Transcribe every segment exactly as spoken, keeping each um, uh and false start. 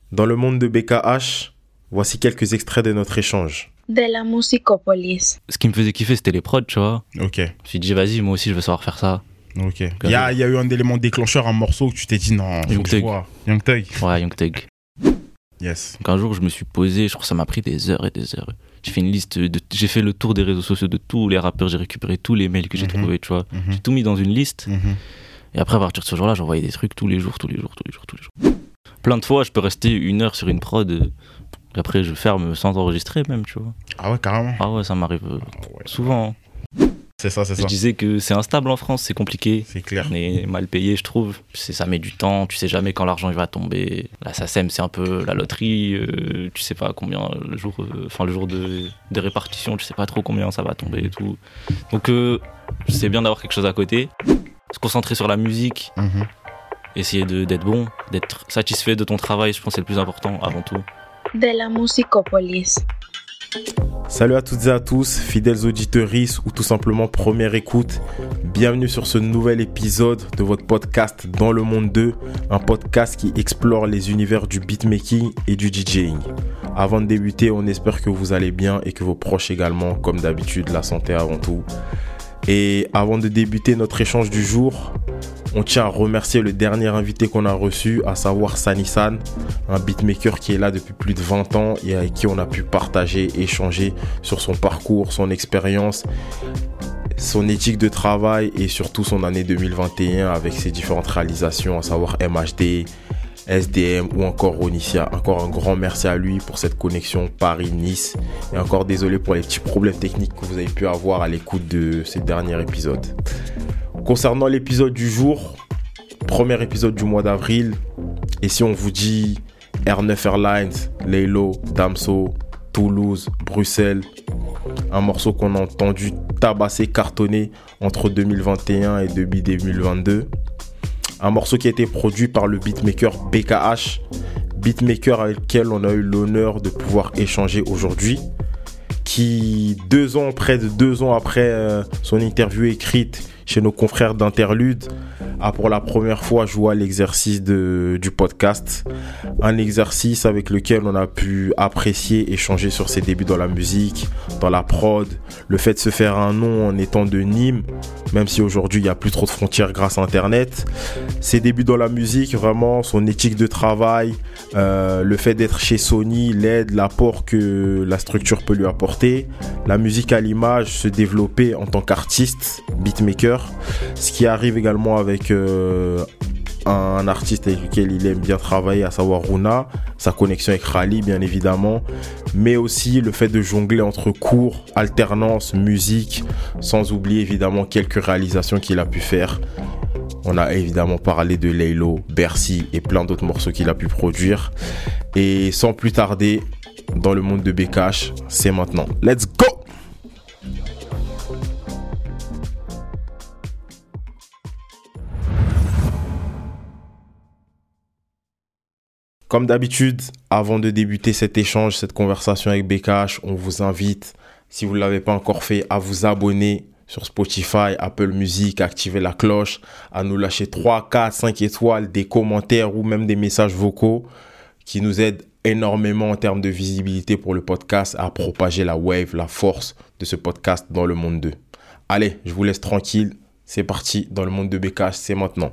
Dans le monde de B K H, voici quelques extraits de notre échange. De la Musicopolis. Ce qui me faisait kiffer, c'était les prods, tu vois. Ok. Je me suis dit, vas-y, moi aussi, je veux savoir faire ça. Ok. Il y a, y a eu un élément déclencheur, un morceau où tu t'es dit non, faut Young que je Thug. vois. Young Thug. Ouais, Young Thug. Yes. Donc un jour, je me suis posé, je crois que ça m'a pris des heures et des heures. J'ai fait une liste, de, j'ai fait le tour des réseaux sociaux de tous les rappeurs, j'ai récupéré tous les mails que j'ai Mhm. trouvés, tu vois. Mhm. J'ai tout mis dans une liste. Mhm. Et après, à partir de ce jour-là, j'envoyais des trucs tous les jours, tous les jours, tous les jours, tous les jours. Plein de fois, je peux rester une heure sur une prod. euh, et après, je ferme sans enregistrer même, tu vois. Ah ouais, carrément. Ah ouais, ça m'arrive euh, Ah ouais. souvent. hein. C'est ça, c'est Je ça. disais que c'est instable en France, c'est compliqué. C'est clair. On est mal payé, je trouve. C'est, ça met du temps, tu sais jamais quand l'argent il va tomber. La S A C E M, c'est un peu la loterie. euh, tu sais pas combien le jour, euh, enfin le jour de, de répartition, tu sais pas trop combien ça va tomber et tout. Donc euh, c'est bien d'avoir quelque chose à côté. Se concentrer sur la musique, Mhm. essayer de, d'être bon, d'être satisfait de ton travail, je pense que c'est le plus important avant tout. De la Musicopolis. Salut à toutes et à tous, fidèles auditeuristes ou tout simplement première écoute. Bienvenue sur ce nouvel épisode de votre podcast Dans le Monde deux, un podcast qui explore les univers du beatmaking et du DJing. Avant de débuter, on espère que vous allez bien et que vos proches également, comme d'habitude, la santé avant tout. Et avant de débuter notre échange du jour, on tient à remercier le dernier invité qu'on a reçu, à savoir Sanisan, un beatmaker qui est là depuis plus de vingt ans et avec qui on a pu partager, échanger sur son parcours, son expérience, son éthique de travail et surtout son année deux mille vingt et un avec ses différentes réalisations, à savoir M H D, S D M ou encore Onicia. Encore un grand merci à lui pour cette connexion Paris-Nice et encore désolé pour les petits problèmes techniques que vous avez pu avoir à l'écoute de ces derniers épisodes. Concernant l'épisode du jour, premier épisode du mois d'avril, et si on vous dit Air neuf Airlines, Laylo, Damso, Toulouse, Bruxelles, un morceau qu'on a entendu tabasser, cartonner entre deux mille vingt et un et début deux mille vingt-deux, un morceau qui a été produit par le beatmaker B K H, beatmaker avec lequel on a eu l'honneur de pouvoir échanger aujourd'hui, qui deux ans, près de deux ans après euh, son interview écrite chez nos confrères d'Interlude, a pour la première fois joué à l'exercice de, du podcast. Un exercice avec lequel on a pu apprécier, échanger sur ses débuts dans la musique, dans la prod, le fait de se faire un nom en étant de Nîmes, même si aujourd'hui il n'y a plus trop de frontières grâce à Internet. Ses débuts dans la musique, vraiment, son éthique de travail, euh, le fait d'être chez Sony, l'aide, l'apport que la structure peut lui apporter, la musique à l'image, se développer en tant qu'artiste, beatmaker, ce qui arrive également avec euh, un artiste avec lequel il aime bien travailler, à savoir Runa, sa connexion avec Rally bien évidemment, mais aussi le fait de jongler entre cours, alternance, musique, sans oublier évidemment quelques réalisations qu'il a pu faire. On a évidemment parlé de Laylo, Bercy et plein d'autres morceaux qu'il a pu produire. Et sans plus tarder, dans le monde de B K H, c'est maintenant. Let's go! Comme d'habitude, avant de débuter cet échange, cette conversation avec B K H, on vous invite, si vous ne l'avez pas encore fait, à vous abonner sur Spotify, Apple Music, à activer la cloche, à nous lâcher trois, quatre, cinq étoiles, des commentaires ou même des messages vocaux qui nous aident énormément en termes de visibilité pour le podcast, à propager la wave, la force de ce podcast dans le monde deux. Allez, je vous laisse tranquille, c'est parti dans le monde de B K H, c'est maintenant.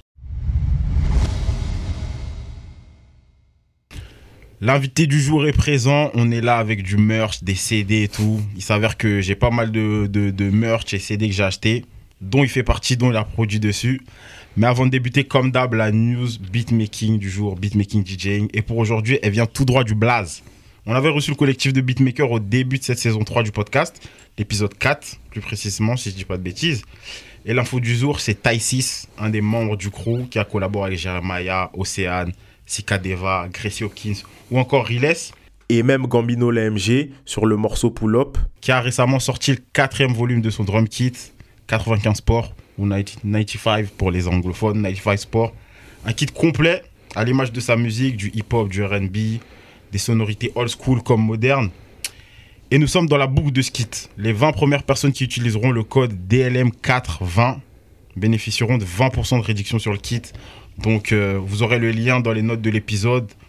L'invité du jour est présent, on est là avec du merch, des C D et tout. Il s'avère que j'ai pas mal de, de, de merch et C D que j'ai acheté, dont il fait partie, dont il a produit dessus. Mais avant de débuter, comme d'hab, la news beatmaking du jour, beatmaking DJing. Et pour aujourd'hui, elle vient tout droit du Blaze. On avait reçu le collectif de beatmakers au début de cette saison trois du podcast, l'épisode quatre, plus précisément, si je dis pas de bêtises. Et l'info du jour, c'est Taisis, un des membres du crew qui a collaboré avec Jeremiah, Océane, Sikadeva, Gracie Hawkins ou encore Riles. Et même Gambino l'A M G sur le morceau Pull Up, qui a récemment sorti le quatrième volume de son drum kit, quatre-vingt-quinze Sport, ou quatre-vingt-quinze pour les anglophones, quatre-vingt-quinze Sport. Un kit complet, à l'image de sa musique, du hip-hop, du R and B, des sonorités old school comme modernes. Et nous sommes dans la boucle de ce kit. Les vingt premières personnes qui utiliseront le code D L M quatre vingt bénéficieront de vingt pour cent de réduction sur le kit. Donc, euh, vous aurez le lien dans les notes de l'épisode.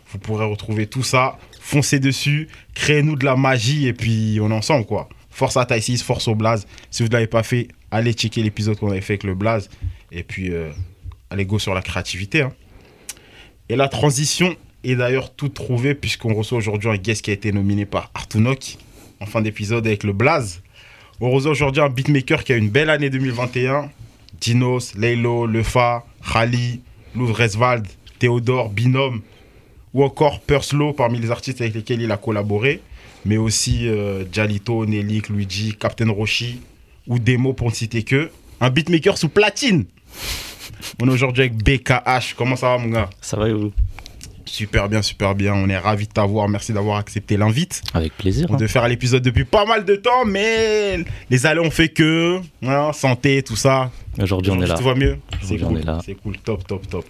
Vous pourrez retrouver tout ça. Foncez dessus, créez-nous de la magie et puis on est ensemble, quoi. Force à Ty six, force au Blaze. Si vous ne l'avez pas fait, allez checker l'épisode qu'on avait fait avec le Blaze. Et puis, euh, allez go sur la créativité. Hein. Et la transition est d'ailleurs toute trouvée puisqu'on reçoit aujourd'hui un guest qui a été nominé par Artunok en fin d'épisode avec le Blaze. On reçoit aujourd'hui un beatmaker qui a une belle année deux mille vingt et un. Dinos, Laylo, Lefa, Khali, Louvreswald, Théodore, Binôme ou encore Perslow parmi les artistes avec lesquels il a collaboré. Mais aussi euh, Jalito, Nelik, Luigi, Captain Roshi ou Demo pour ne citer que. Un beatmaker sous platine. On est aujourd'hui avec B K H. Comment ça va, mon gars? Ça va et vous? Super bien, super bien. On est ravis de t'avoir. Merci d'avoir accepté l'invite. Avec plaisir. On hein. devait faire l'épisode depuis pas mal de temps, mais les allées ont fait que. Hein, santé, tout ça. Aujourd'hui, on est là. Tu vois mieux? C'est Aujourd'hui, cool. on est là. C'est cool. Top, top, top.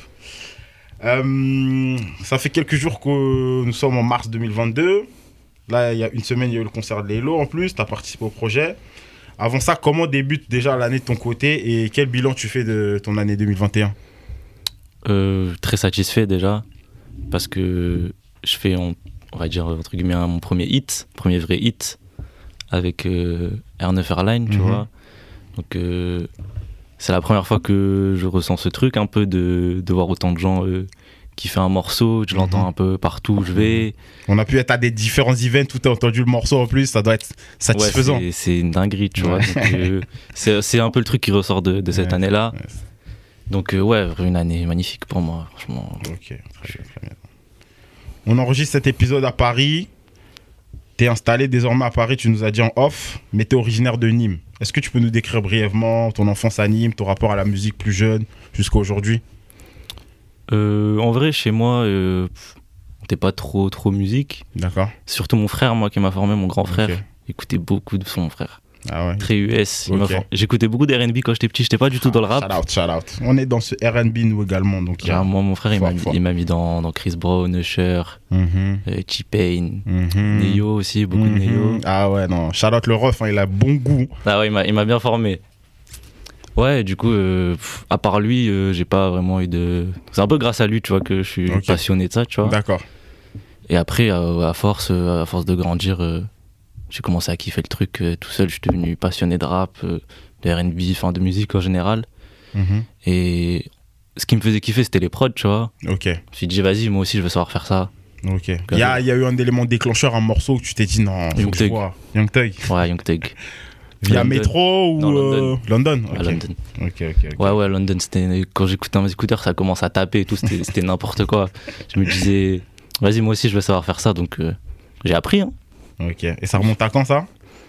Euh, ça fait quelques jours que nous sommes en mars deux mille vingt-deux. Là, il y a une semaine, il y a eu le concert de Laylo en plus. Tu as participé au projet. Avant ça, comment débute déjà l'année de ton côté et quel bilan tu fais de ton année deux mille vingt et un? euh, Très satisfait déjà parce que je fais, on, on va dire, entre guillemets, mon premier hit, premier vrai hit avec euh, R neuf Airline, tu Mhm. vois. Donc, euh, c'est la première fois que je ressens ce truc un peu de, de voir autant de gens euh, qui fait un morceau, je l'entends Mhm. un peu partout où je vais. On a pu être à des différents events où tu as entendu le morceau en plus, ça doit être satisfaisant. Ouais, c'est, c'est une dinguerie, tu vois. Ouais. Donc, euh, c'est, c'est un peu le truc qui ressort de, de cette Ouais, année-là. ouais. Donc, euh, ouais, une année magnifique pour moi, franchement. Ok, très bien, très bien. On enregistre cet épisode à Paris. Tu es installé désormais à Paris, tu nous as dit en off, mais tu es originaire de Nîmes. Est-ce que tu peux nous décrire brièvement ton enfance à Nîmes, ton rapport à la musique plus jeune jusqu'à aujourd'hui? Euh, en vrai, chez moi, euh, pff, on n'était pas trop, trop musique. D'accord. Surtout mon frère, moi, qui m'a formé, mon grand frère, Ok. écoutait beaucoup de son, mon frère. Ah ouais. Très U S. il m'a Ok. for- J'écoutais beaucoup d'R and B quand j'étais petit, j'étais pas du tout dans le rap. Shout out, shout out. On est dans ce R and B nous également. Donc il y a... Genre, moi, mon frère, il Fort, m'a, mis- fort. il m'a mis dans, dans Chris Brown, Usher, Mhm, euh, T-Pain, mhm. Neo aussi, beaucoup de Mhm. Neo. Ah ouais, non. Shout out le ref, hein, il a bon goût. Ah ouais, il m'a, il m'a bien formé. Ouais, du coup, euh, pff, à part lui, euh, j'ai pas vraiment eu de. C'est un peu grâce à lui, tu vois, que je suis Ok. passionné de ça, tu vois. D'accord. Et après, à, à force, euh, à force de grandir, euh, j'ai commencé à kiffer le truc euh, tout seul. Je suis devenu passionné de rap, euh, de R and B, enfin de musique en général. Mhm. Et ce qui me faisait kiffer, c'était les prods, tu vois. Ok, Je me suis dit, vas-y, moi aussi, je veux savoir faire ça. ok. Il y a, il y a eu un élément déclencheur, un morceau où tu t'es dit non, faut Young que je Thug. vois. Young Thug. Ouais, Young Thug. Via London. métro ou Non, London. euh, London. À Ok. London. Ok, ok, ok. Ouais, ouais, London, c'était. Quand j'écoutais un écouteur, ça commence à taper et tout, c'était, c'était n'importe quoi. Je me disais, vas-y, moi aussi, je veux savoir faire ça, donc euh, j'ai appris, hein. Ok. Et ça remonte à quand ça?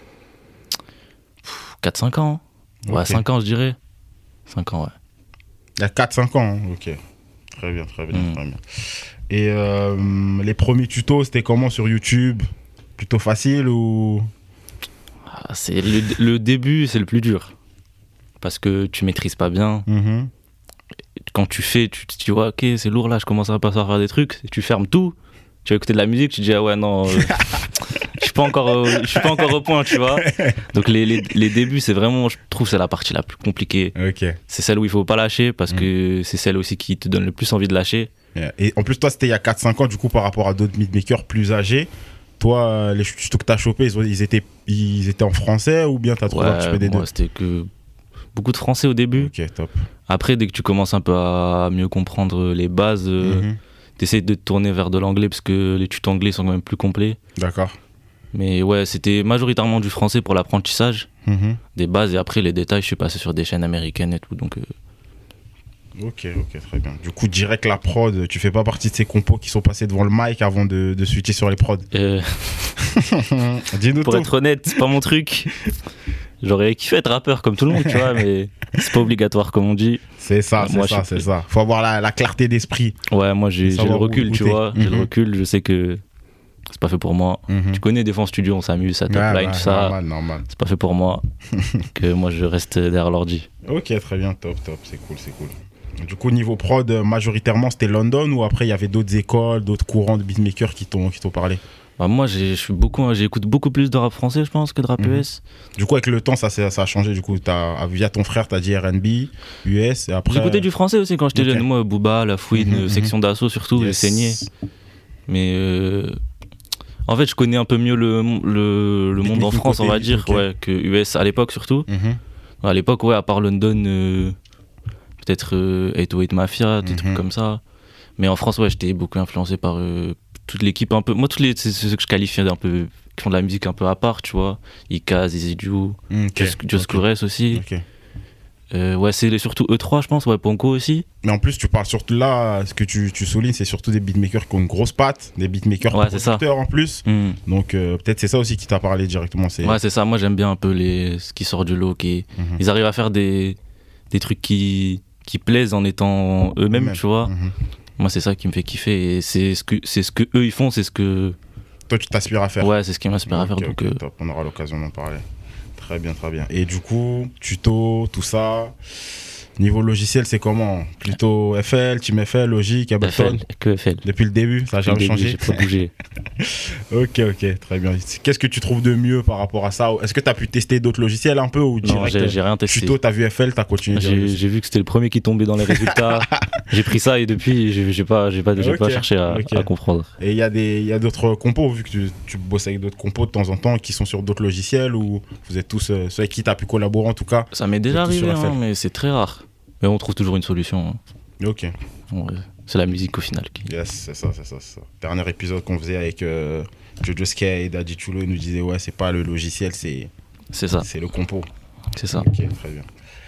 quatre cinq ans. hein. Ouais, Ok. cinq ans, je dirais. cinq ans, ouais. Il y a quatre cinq ans. hein. Ok. Très bien, très bien, Mm. très bien. Et euh, les premiers tutos, c'était comment sur YouTube? Plutôt facile ou... Ah, c'est le, le début, c'est le plus dur. Parce que tu maîtrises pas bien. Mhm. Quand tu fais, tu tu vois, ok, c'est lourd là, je commence à pas savoir faire des trucs. Tu fermes tout. Tu vas écouter de la musique, tu te dis, ah ouais, non, euh, je suis pas encore, au- je suis pas encore au point, tu vois. Donc les, les, les débuts, c'est vraiment, je trouve, c'est la partie la plus compliquée. Ok. C'est celle où il faut pas lâcher parce Mm. que c'est celle aussi qui te donne le plus envie de lâcher. Et en plus, toi, c'était il y a quatre cinq ans, du coup, par rapport à d'autres beatmakers plus âgés. Toi, euh, les tutos que t'as chopés, ils, ont- ils étaient, ils étaient en français ou bien t'as trouvé un petit peu des moi, deux? c'était que beaucoup de français au début. Ok, top. Après, dès que tu commences un peu à mieux comprendre les bases, euh, Mhm. t'essayes de te tourner vers de l'anglais parce que les tutos anglais sont quand même plus complets. D'accord. Mais ouais, c'était majoritairement du français pour l'apprentissage, Mhm. des bases, et après les détails, je suis passé sur des chaînes américaines et tout. Donc, euh, Ok, ok, très bien. Du coup, direct la prod, tu fais pas partie de ces compos qui sont passés devant le mic avant de, de switcher sur les prods. euh, Dis-nous pour tout. être honnête, c'est pas mon truc. J'aurais kiffé être rappeur comme tout le monde, tu vois, mais c'est pas obligatoire comme on dit. C'est ça, c'est Moi, je ça, suis- c'est ça. Faut avoir la, la clarté d'esprit. Ouais, moi j'ai, j'ai le Savoir où recul, tu goûter. vois. J'ai Mhm. le recul, je sais que c'est pas fait pour moi. Mhm. Tu connais, des fois en studio, on s'amuse, ça top Ouais, line, ouais, tout ça. Normal, normal. C'est pas fait pour moi. Que moi je reste derrière l'ordi. Ok, très bien, top, top, c'est cool, c'est cool. Du coup, niveau prod, euh, majoritairement, c'était London ou après, il y avait d'autres écoles, d'autres courants de beatmakers qui t'ont, qui t'ont parlé? Bah, moi j'ai, je suis beaucoup, j'écoute beaucoup plus de rap français, je pense, que de rap Mhm. U S. Du coup, avec le temps, ça, s'est- ça a changé. Du coup, t'as, via ton frère, t'as dit R and B, U S, et après... J'écoutais du français aussi quand j'étais Ok. jeune. Moi, Booba, La Fouine, Mhm, euh, mhm. Section d'Assaut surtout, j'ai Yes. saigné. Mais euh, en fait, je connais un peu mieux le, le, le monde en France, on va dire, okay. ouais, que U S à l'époque surtout. Mm-hmm. À l'époque, ouais, à part London, euh, peut-être euh, huit oh huit Mafia, des mm-hmm. trucs comme ça. Mais en France, ouais, j'étais beaucoup influencé par euh, toute l'équipe un peu. Moi, toutes les, c'est ceux que je qualifie d'un peu, qui font de la musique un peu à part, tu vois. Ika, Zizidju, okay. Just Kures okay. aussi. Okay. Euh, ouais, c'est surtout E trois, je pense, ouais, Ponko aussi. Mais en plus, tu parles surtout là, ce que tu, tu soulignes, c'est surtout des beatmakers qui ont une grosse patte, des beatmakers ouais, producteurs en plus. Mm. Donc, euh, peut-être c'est ça aussi qui t'a parlé directement. C'est... Ouais, c'est ça. Moi, j'aime bien un peu les... ce qui sort du lot. Qui... Mm-hmm. Ils arrivent à faire des, des trucs qui... qui plaisent en étant eux-mêmes, Eux-mêmes. tu vois. Mm-hmm. Moi, c'est ça qui me fait kiffer. Et c'est ce que, c'est ce que eux, ils font, c'est ce que... Toi, tu t'aspires à faire. Ouais, c'est ce qui m'inspire okay, à faire. Okay, donc, okay, euh... top. On aura l'occasion d'en parler. Très bien, très bien. Et du coup, tuto, tout ça... Niveau logiciel, c'est comment? Plutôt F L, Team F L, Logic, Ableton? F L, que F L. Depuis le début, ça n'a jamais changé? J'ai pas bougé. Ok, ok, très bien. Qu'est-ce que tu trouves de mieux par rapport à ça? Est-ce que tu as pu tester d'autres logiciels un peu ou Non, direct, j'ai, j'ai rien testé. Tuto, tu as vu F L, tu as continué j'ai, j'ai vu que c'était le premier qui tombait dans les résultats. J'ai pris ça et depuis, j'ai, j'ai, pas, j'ai, pas, j'ai okay, pas cherché à, okay. à comprendre. Et il y, y a d'autres compos, vu que tu, tu bosses avec d'autres compos de temps en temps qui sont sur d'autres logiciels ou vous êtes tous euh, ceux avec qui tu as pu collaborer en tout cas? Ça m'est déjà arrivé, hein, mais c'est très rare. Mais on trouve toujours une solution. Ok. Ouais, c'est la musique au final. Qui... Yes, c'est ça, c'est ça, c'est ça. Dernier épisode qu'on faisait avec euh, Jojo Sky et Daddy Chulo, il nous disait ouais, c'est pas le logiciel, c'est, c'est ça. C'est le compo. C'est ça. Ok, très bien.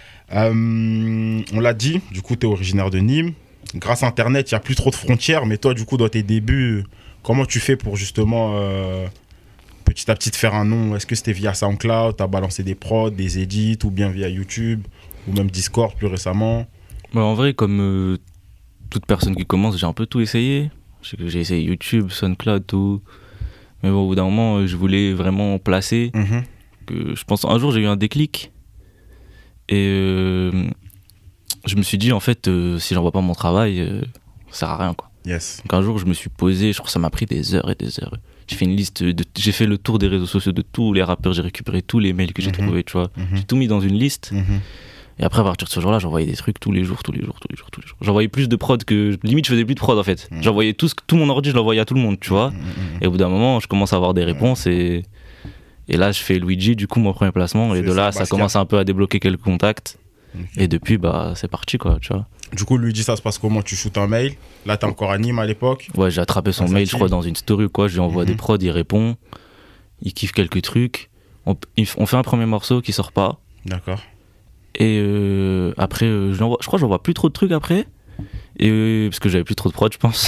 Euh, on l'a dit, du coup, tu es originaire de Nîmes. Grâce à Internet, il n'y a plus trop de frontières, mais toi, du coup, dans tes débuts, comment tu fais pour justement euh, petit à petit te faire un nom? Est-ce que c'était via SoundCloud, tu as balancé des prods, des edits, ou bien via YouTube? Ou même Discord plus récemment? Bah en vrai, comme euh, toute personne qui commence, j'ai un peu tout essayé. J'ai essayé YouTube, SoundCloud, tout. Mais bon, au bout d'un moment, je voulais vraiment placer. Mm-hmm. Que je pense un jour, j'ai eu un déclic. Et euh, je me suis dit, en fait, euh, si j'envoie pas mon travail, euh, ça sert à rien, quoi. Yes. Donc un jour, je me suis posé, je crois que ça m'a pris des heures et des heures. J'ai fait une liste, de, j'ai fait le tour des réseaux sociaux de tous les rappeurs, j'ai récupéré tous les mails que j'ai mm-hmm. trouvés, tu vois. Mm-hmm. J'ai tout mis dans une liste. Mm-hmm. Et après, à partir de ce jour-là, j'envoyais des trucs tous les jours, tous les jours, tous les jours, tous les jours. J'envoyais plus de prod que... Limite, je faisais plus de prod, en fait. Mmh. J'envoyais tout, ce... tout mon ordi, je l'envoyais à tout le monde, tu vois. Mmh. Et au bout d'un moment, je commence à avoir des réponses et... Et là, je fais Luigi, du coup, mon premier placement. Et c'est de là, ça, ça commence un peu à débloquer quelques contacts. Okay. Et depuis, bah, c'est parti, quoi, tu vois. Du coup, Luigi, ça se passe comment? Tu shootes un mail? Là, t'es encore à Nîmes à l'époque? Ouais, j'ai attrapé son ah, mail, je crois, dans une story ou quoi. Je lui envoie mmh. des prods, il répond. Il kiffe quelques trucs. On, on fait un premier morceau qui sort pas. D'accord. Et euh, après, euh, je, je crois que j'envoie plus trop de trucs après. Et, euh, parce que j'avais plus trop de prod, je pense.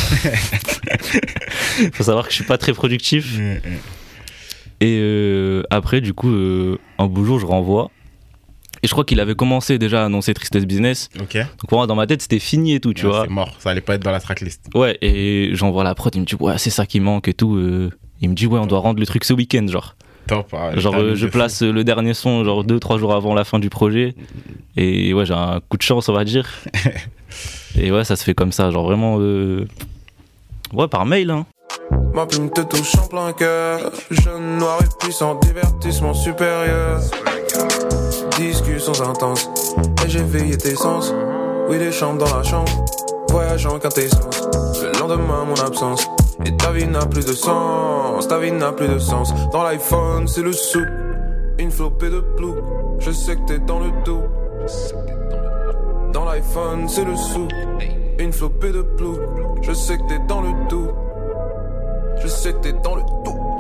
Faut savoir que je suis pas très productif. Et euh, après, du coup, euh, un beau jour, je renvoie. Et je crois qu'il avait commencé déjà à annoncer Tristesse Business. Okay. Donc pour moi, dans ma tête, c'était fini et tout, tu ouais, vois. C'est mort, ça allait pas être dans la tracklist. Ouais, et j'envoie la prod, il me dit, ouais, c'est ça qui manque et tout. Euh, il me dit, ouais, on doit rendre le truc ce week-end, genre. Top, ah, genre euh, je place fou. Le dernier son genre deux trois jours avant la fin du projet et ouais j'ai un coup de chance on va dire et ouais ça se fait comme ça genre vraiment euh... ouais par mail hein. Ma plume te touche en plein cœur, jeune noir et puissant, divertissement supérieur, discussions intenses et j'ai veillé tes sens, oui des chambres dans la chambre, voyage en quintessence, le lendemain mon absence. Et ta vie n'a plus de sens, ta vie n'a plus de sens. Dans l'iPhone, c'est le sou, une flopée de plou. Je sais que t'es dans le tout. Dans l'iPhone, c'est le sou, une flopée de plou. Je sais que t'es dans le tout. Je sais que t'es dans le tout.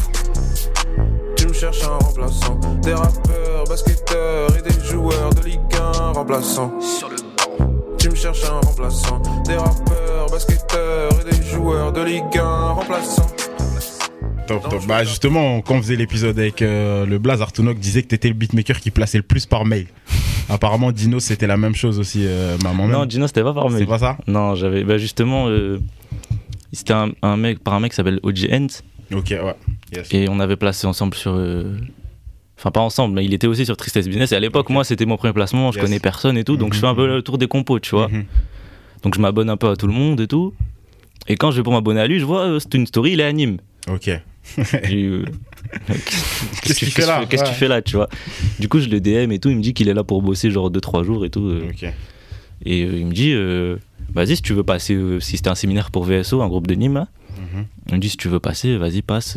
Tu me cherches un remplaçant. Des rappeurs, basketteurs et des joueurs de Ligue un remplaçants. Sur le Tu me cherches un remplaçant. Des rappeurs, basketteurs et des joueurs de Ligue un remplaçants. Top, top. Bah justement, quand on faisait l'épisode avec euh, le Blaze, Artunok disait que t'étais le beatmaker qui plaçait le plus par mail. Apparemment, Dino, c'était la même chose aussi, euh, maman. Non, Dino, c'était pas par mail. C'est pas ça? Non, j'avais. Bah justement, euh, c'était un, un mec, par un mec qui s'appelle O G Ent. Ok, ouais. Yes. Et on avait placé ensemble sur. Euh, Enfin, pas ensemble, mais il était aussi sur Tristesse Business. Et à l'époque, okay. moi, c'était mon premier placement. Je yes. connais personne et tout. Donc, mm-hmm. je fais un peu le tour des compos, tu vois. Mm-hmm. Donc, je m'abonne un peu à tout le monde et tout. Et quand je vais pour m'abonner à lui, je vois, euh, c'est une story, il est à Nîmes. Ok. J'ai, euh, qu'est-ce, qu'est-ce que tu fais là Qu'est-ce que ouais. tu fais là, tu vois. Du coup, je le D M et tout. Il me dit qu'il est là pour bosser genre deux trois jours et tout. Euh. Okay. Et euh, il me dit, euh, vas-y, si tu veux passer, euh, si c'était un séminaire pour V S O, un groupe de Nîmes, hein, mm-hmm. Mm-hmm. Il me dit si tu veux passer, vas-y, passe.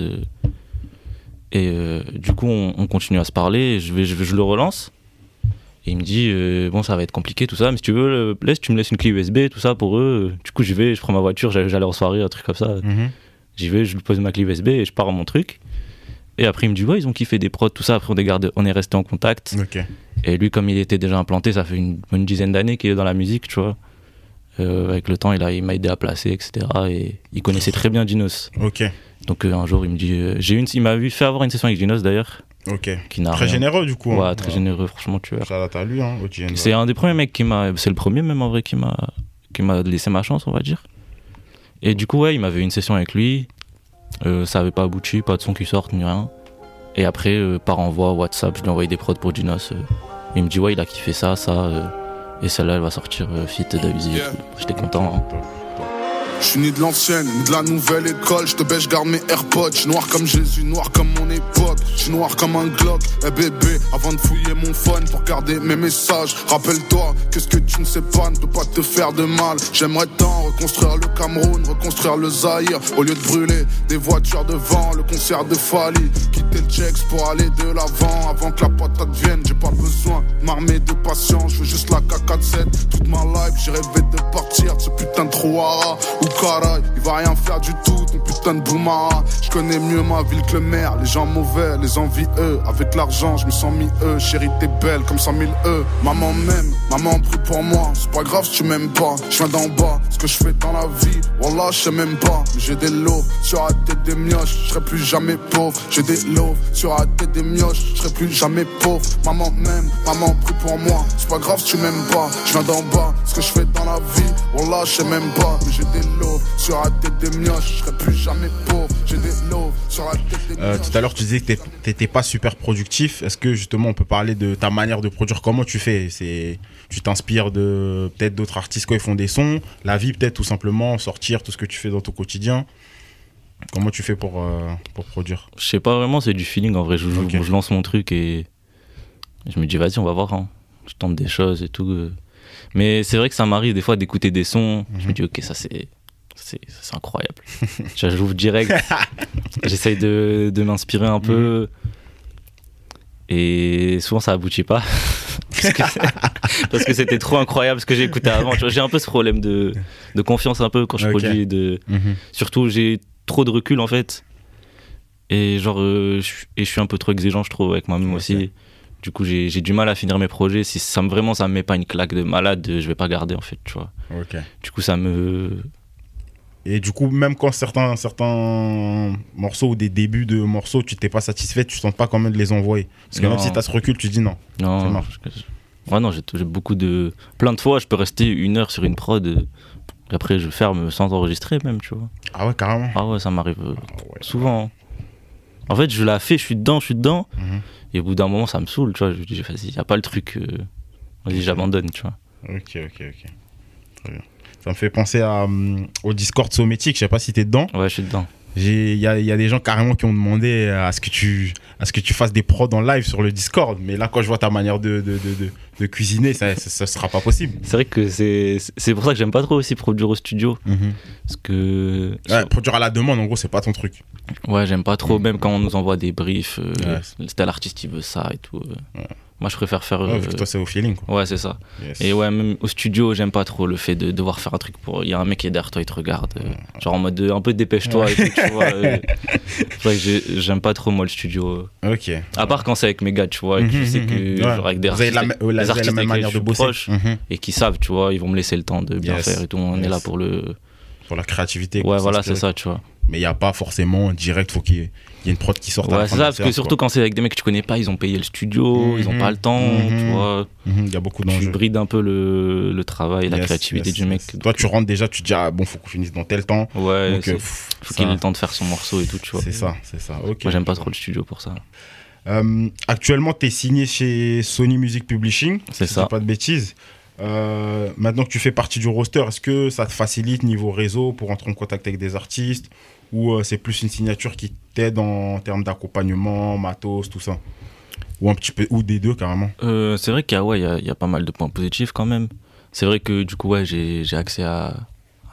Et euh, du coup, on, on continue à se parler. Je, vais, je, je le relance. Et il me dit euh, bon, ça va être compliqué, tout ça, mais si tu veux, laisse, tu me laisses une clé U S B, tout ça pour eux. Du coup, j'y vais, je prends ma voiture, j'allais, j'allais en soirée, un truc comme ça. Mm-hmm. J'y vais, je lui pose ma clé U S B et je pars à mon truc. Et après, il me dit ouais, ils ont kiffé des prods, tout ça. Après, on est, gardé, on est resté en contact. Okay. Et lui, comme il était déjà implanté, ça fait une, une dizaine d'années qu'il est dans la musique, tu vois. Euh, avec le temps, il, a, il m'a aidé à placer, et cetera. Et il connaissait très bien Dinos. Ok. Donc euh, un jour, il me dit, euh, j'ai une, il m'a vu fait avoir une session avec Dinos d'ailleurs. Ok. Qui n'a très rien. Généreux du coup. Ouais, hein. très ouais. généreux, franchement, tu vois. Ça à lui, hein, O G N. C'est un des premiers mecs qui m'a, c'est le premier même en vrai qui m'a, qui m'a laissé ma chance, on va dire. Et du coup, ouais, il m'avait eu une session avec lui. Euh, ça avait pas abouti, pas de son qui sortent ni rien. Et après, euh, par envoi WhatsApp, je lui ai envoyé des prods pour Dinos. Euh, il me dit ouais, il a kiffé ça, ça. Euh, et celle-là, elle va sortir euh, feat d'Avizi. Yeah. J'étais content. Hein. Je suis ni de l'ancienne, ni de la nouvelle école. Je te baisse, je garde mes AirPods. Je suis noir comme Jésus, noir comme mon époque. Je suis noir comme un Glock. Eh bébé, avant de fouiller mon phone pour garder mes messages, rappelle-toi que ce que tu ne sais pas ne peut pas te faire de mal. J'aimerais tant reconstruire le Cameroun, reconstruire le Zaïre. Au lieu de brûler des voitures devant le concert de Fali. Quitter le Chex pour aller de l'avant avant que la patate vienne. J'ai pas besoin de m'armer de patience. Je veux juste la K quarante-sept. Toute ma life, j'ai rêvé de partir de ce putain de Trouara. Caray, il va rien faire du tout, ton putain de boumara. Je connais mieux ma ville que le maire, les gens mauvais, les envieux. Avec l'argent, je me sens mis eux. Chérie, t'es belle comme cent mille E. Maman m'aime, maman prie pour moi. C'est pas grave si tu m'aimes pas, je viens d'en bas. Ce que je fais dans la vie, wallah, je sais même pas. Mais j'ai des lots sur la tête des mioches, je serai plus jamais pauvre. J'ai des lots sur la tête des mioches, je serai plus jamais pauvre. Maman m'aime, maman prie pour moi. C'est pas grave si tu m'aimes pas, je viens d'en bas. Ce que je fais dans la vie, wallah, je sais même pas. Mais j'ai des lots sur la tête des mioches, je serai plus jamais pauvre. J'ai des lots sur la tête des euh, mioches. Tout à l'heure, tu disais que t'étais pas super productif. Est-ce que justement, on peut parler de ta manière de produire? Comment tu fais? C'est, tu t'inspires de peut-être d'autres artistes quand ils font des sons, la vie peut-être tout simplement, sortir tout ce que tu fais dans ton quotidien. Comment tu fais pour, euh, pour produire? Je sais pas vraiment, c'est du feeling en vrai. Je, okay. je lance mon truc et je me dis vas-y, on va voir. Hein. Je tente des choses et tout. Mais c'est vrai que ça m'arrive des fois d'écouter des sons. Mm-hmm. Je me dis ok, ça c'est C'est, c'est incroyable. J'ouvre direct, j'essaye de, de m'inspirer un peu. Et souvent ça aboutit pas. parce, que parce que c'était trop incroyable ce que j'ai écouté avant. J'ai un peu ce problème de, de confiance un peu quand je okay. produis. De... Mm-hmm. Surtout, j'ai trop de recul en fait. Et, genre, euh, je, et je suis un peu trop exigeant, je trouve, avec moi-même okay. aussi. Du coup, j'ai, j'ai du mal à finir mes projets. Si ça me, vraiment ça me met pas une claque de malade, je vais pas garder en fait. Tu vois. Okay. Du coup, ça me. Et du coup, même quand certains, certains morceaux ou des débuts de morceaux, tu t'es pas satisfait, tu ne sens pas quand même de les envoyer. Parce que non. Même si tu as ce recul, tu dis non. Non, ça marche. Ouais, non, j'ai, j'ai beaucoup de. Plein de fois, je peux rester une heure sur une prod. Et après, je ferme sans enregistrer, même, tu vois. Ah ouais, carrément. Ah ouais, ça m'arrive ah ouais, souvent. Ouais. En fait, je la fais, je suis dedans, je suis dedans. Mm-hmm. Et au bout d'un moment, ça me saoule, tu vois. Je me dis, vas-y, il n'y a pas le truc. Euh... Vas-y, j'abandonne, tu vois. Ok, ok, ok. Très bien. Ça me fait penser à, um, au Discord Sométique, je sais pas si t'es dedans. Ouais, je suis dedans. Il y a, y a des gens carrément qui ont demandé à ce, que tu, à ce que tu fasses des prods en live sur le Discord. Mais là, quand je vois ta manière de, de, de, de, de cuisiner, ça, ça, ça sera pas possible. C'est vrai que c'est, c'est pour ça que j'aime pas trop aussi produire au studio. Mm-hmm. Parce que... Ouais, produire à la demande, en gros, c'est pas ton truc. Ouais, j'aime pas trop, mm-hmm. même quand on nous envoie des briefs, euh, ouais. tel artiste il veut ça et tout. Euh. Ouais. Moi, je préfère faire. Ouais, euh... vu que toi, c'est au feeling, quoi. Ouais, c'est ça. Yes. Et ouais, même au studio, j'aime pas trop le fait de devoir faire un truc pour. Il y a un mec qui est derrière toi, il te regarde. Euh, ouais. Genre en mode de, un peu dépêche-toi. Ouais. Et tout, tu vois. Euh... C'est vrai que j'ai... j'aime pas trop, moi, le studio. Ok. À part quand c'est avec mes gars, tu vois. Et puis, mm-hmm, je sais que. Mm-hmm. Genre, avec des artistes. Vous avez la, la, des artistes la même manière de bosser. Proches, mm-hmm. Et qui savent, tu vois, ils vont me laisser le temps de bien yes. faire et tout. On yes. est là pour le. Pour la créativité. Ouais, voilà, c'est ça, tu vois. Mais il n'y a pas forcément direct, faut qu'il y ait, il y ait une prod qui sorte. Ouais, c'est ça, parce que surtout quoi. Quand c'est avec des mecs que tu connais pas, ils ont payé le studio, mmh, ils ont pas le temps, mmh, tu vois. Il mmh, y a beaucoup d'enjeux. Tu brides un peu le, le travail, yes, la créativité yes, du mec. Yes. Toi, tu rentres déjà, tu te dis, ah bon, faut qu'on finisse dans tel temps. Ouais, donc, euh, pff, faut ça, qu'il ait le temps de faire son morceau et tout, tu vois. C'est ça, c'est ça. Okay. Moi, j'aime pas trop le studio pour ça. Euh, actuellement, tu es signé chez Sony Music Publishing. C'est si ça. Je dis pas de bêtises. Euh, maintenant que tu fais partie du roster, est-ce que ça te facilite niveau réseau pour entrer en contact avec des artistes ou euh, c'est plus une signature qui t'aide en termes d'accompagnement, matos, tout ça? Ou un petit peu, ou des deux carrément? euh, C'est vrai qu'il y a, ouais, il y a, il y a pas mal de points positifs quand même. C'est vrai que du coup, ouais, j'ai, j'ai accès à,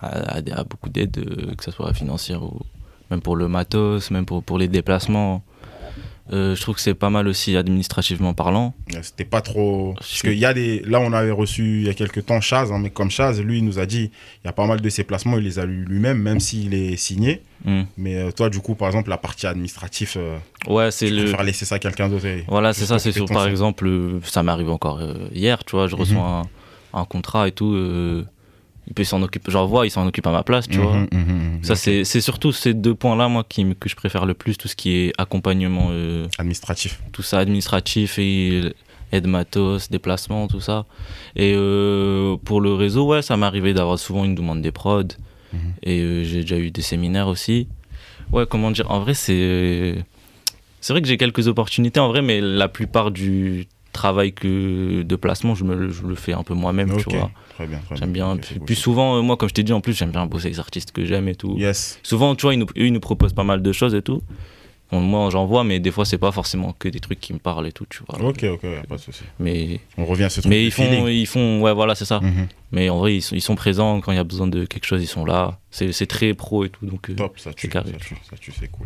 à, à, à beaucoup d'aides, euh, que ce soit financière ou même pour le matos, même pour, pour les déplacements. Euh, je trouve que c'est pas mal aussi administrativement parlant. C'était pas trop... Parce que y a des... là, on avait reçu il y a quelques temps Chaz, un mec comme Chaz, lui, il nous a dit il y a pas mal de ses placements, il les a lu lui-même, même s'il est signé. Mm. Mais euh, toi, du coup, par exemple, la partie administrative, euh, ouais, c'est tu le... préfères laisser ça à quelqu'un d'autre. Et... Voilà, c'est ça. C'est sur, par exemple, euh, ça m'arrive encore euh, hier, tu vois, je reçois mm-hmm. un, un contrat et tout... Euh, il peut s'en occuper, j'en vois, il s'en occupe à ma place, tu mmh, vois. Mmh, mmh, ça, okay. c'est, c'est surtout ces deux points-là, moi, qui, que je préfère le plus, tout ce qui est accompagnement. Euh, administratif. Tout ça, administratif et aide matos, déplacement, tout ça. Et euh, pour le réseau, ouais, ça m'est arrivé d'avoir souvent une demande des prods. Mmh. Et euh, j'ai déjà eu des séminaires aussi. Ouais, comment dire, en vrai, c'est. C'est vrai que j'ai quelques opportunités, en vrai, mais la plupart du travail que de placement, je, me, je le fais un peu moi-même, okay. tu vois. Très bien, très j'aime bien. bien. Puis, puis souvent, euh, moi, comme je t'ai dit, en plus, j'aime bien bosser avec les artistes que j'aime et tout. Yes. Souvent, tu vois, ils nous, eux, ils nous proposent pas mal de choses et tout. Bon, moi, j'en vois, mais des fois, c'est pas forcément que des trucs qui me parlent et tout, tu vois. Ok, ok, ouais, pas de souci. Mais on revient à ce truc. Mais ils font, feeling. ils font, ouais, voilà, c'est ça. Mm-hmm. Mais en vrai, ils sont, ils sont présents quand il y a besoin de quelque chose, ils sont là. C'est, c'est très pro et tout, donc. Euh, Top, ça tue, carré, ça tue, ça tue, c'est cool.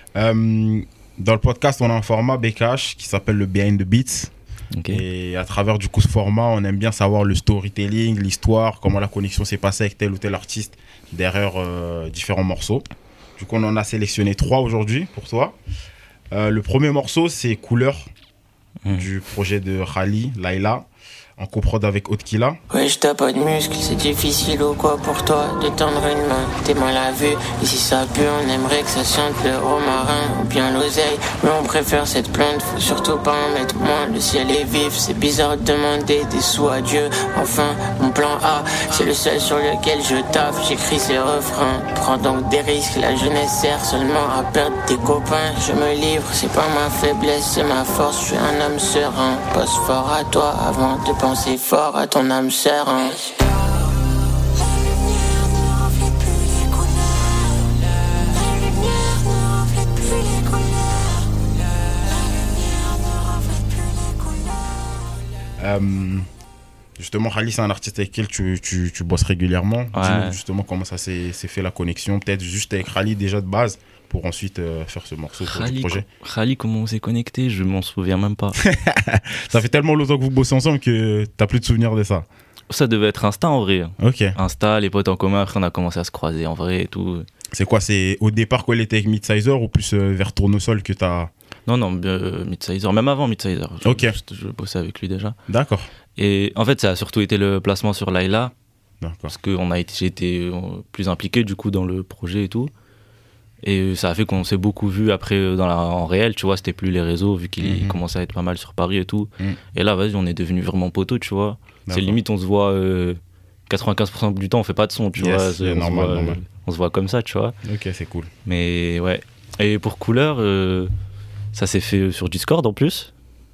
Euh, dans le podcast, on a un format B K H qui s'appelle le Behind the Beats. Okay. Et à travers du coup ce format, on aime bien savoir le storytelling, l'histoire, comment la connexion s'est passée avec tel ou tel artiste derrière euh, différents morceaux. Du coup, on en a sélectionné trois aujourd'hui pour toi. Euh, le premier morceau, c'est Couleur mmh. du projet de Khali, Laila, en coprod avec Haute-Killa. Wesh, t'as pas de muscles, c'est difficile ou quoi pour toi de tendre une main, t'es mal à vue. Et si ça pue, on aimerait que ça sente le romarin ou bien l'oseille. Mais on préfère cette plainte, faut surtout pas en mettre moins. Le ciel est vif, c'est bizarre de demander des sous à Dieu. Enfin, mon plan A, c'est le seul sur lequel je taffe. J'écris ces refrains, prends donc des risques. La jeunesse sert seulement à perdre tes copains. Je me livre, c'est pas ma faiblesse, c'est ma force. Je suis un homme serein, passe fort à toi avant de penser. Pensez fort à ton âme sœur, hein. Euh, justement, Khali, c'est un artiste avec lequel tu, tu, tu bosses régulièrement. Ouais. Dis-nous justement comment ça s'est, s'est fait la connexion, peut-être juste avec Khali déjà de base, pour ensuite euh, faire ce morceau pour Khali, le projet. Khali, comment on s'est connecté, je m'en souviens même pas. Ça fait tellement longtemps que vous bossez ensemble que t'as plus de souvenirs de ça. Ça devait être Insta en vrai. Ok. Insta, les potes en commun, après on a commencé à se croiser en vrai et tout. C'est quoi, c'est au départ quand il était avec Midsizer ou plus euh, vers Tournesol que t'as... Non, non, euh, Midsizer, même avant Midsizer. Je, ok. Je, je bossais avec lui déjà. D'accord. Et en fait, ça a surtout été le placement sur Laila. D'accord. Parce que on a été, j'ai été plus impliqué du coup dans le projet et tout. Et ça a fait qu'on s'est beaucoup vu après dans la, en réel, tu vois, c'était plus les réseaux vu qu'il mm-hmm. commençait à être pas mal sur Paris et tout. Mm. Et là, vas-y, on est devenus vraiment potos, tu vois. D'accord. C'est limite, on se voit euh, quatre-vingt-quinze pour cent du temps, on fait pas de son, tu yes, vois. C'est, on, normal, se voit, normal. Euh, on se voit comme ça, tu vois. Ok, c'est cool. Mais ouais. Et pour Couleur, euh, ça s'est fait sur Discord en plus.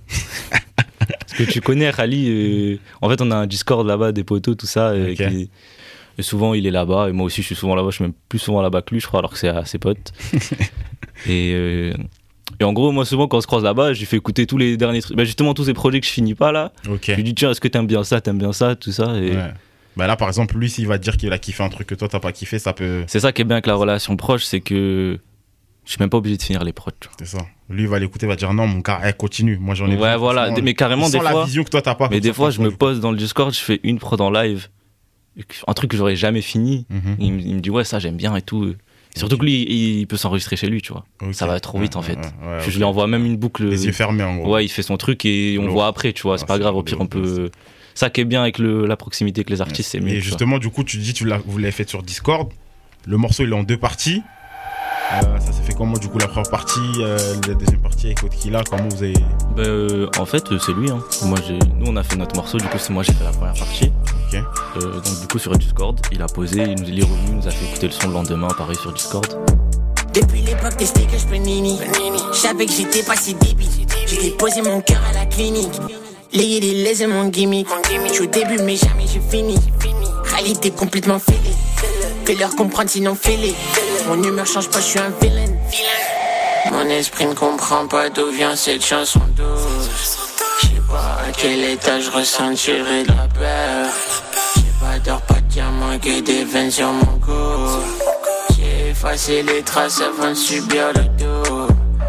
Parce que tu connais Khali, euh, en fait, on a un Discord là-bas, des potos, tout ça. Euh, okay. qui, et souvent, il est là-bas, et moi aussi, je suis souvent là-bas, je suis même plus souvent là-bas que lui, je crois, alors que c'est à ses potes. et, euh, et en gros, moi, souvent, quand on se croise là-bas, je lui fais écouter tous les derniers trucs, bah, justement, tous ces projets que je finis pas, là. Okay. Je lui dis, tiens, est-ce que t'aimes bien ça, t'aimes bien ça, tout ça. Et... ouais. Bah là, par exemple, lui, s'il va te dire qu'il a kiffé un truc que toi, t'as pas kiffé, ça peut... C'est ça qui est bien avec la relation proche, c'est que je suis même pas obligé de finir les prods. C'est ça. Lui, il va l'écouter, il va dire, non, mon gars, hey, continue. Moi, j'en ai... Ouais, voilà, mais carrément, des fois... la vision que toi, t'as pas. Mais des fois, je me pose dans le Discord, je fais une prod en live, un truc que j'aurais jamais fini. Mm-hmm. Il, il me dit ouais, ça j'aime bien et tout. Et surtout okay. que lui, il, il peut s'enregistrer chez lui, tu vois. Okay. Ça va trop vite ouais, en fait. Ouais, ouais, je okay. lui envoie même une boucle. Les yeux fermés en gros. Ouais, il fait son truc et on Lourd. voit après, tu vois. C'est ah, pas c'est grave, au pire on peut. Ça qui est bien avec le, la proximité avec les artistes, ouais. c'est mieux. Et justement, vois. Du coup, tu dis tu l'as, vous l'avez fait sur Discord. Le morceau il est en deux parties. Euh, ça s'est fait comment du coup la première partie, euh, la deuxième partie avec Haute-Killa, comment vous avez... Bah, euh, en fait c'est lui, hein. Moi, j'ai... nous on a fait notre morceau, du coup c'est moi j'ai fait la première partie. Okay. Euh, donc du coup sur Discord, il a posé, il nous est revenu, il nous a fait écouter le son le lendemain, pareil sur Discord. Depuis l'époque des steaks que je nini, je savais que j'étais pas si débile, j'ai déposé mon cœur à la clinique. Les les les c'est mon gimmick, je suis au début mais jamais j'ai fini. Réalité complètement fêlée, fais-leur comprendre sinon fais-les. Mon humeur change pas, je suis un vilain. Mon esprit ne comprend pas d'où vient cette chanson douce. Je sais pas à quel étage ressentirai de la peur. J'ai pas d'heure, pas de Diamant que des veines sur mon cou. J'ai effacé les traces avant de subir le dos.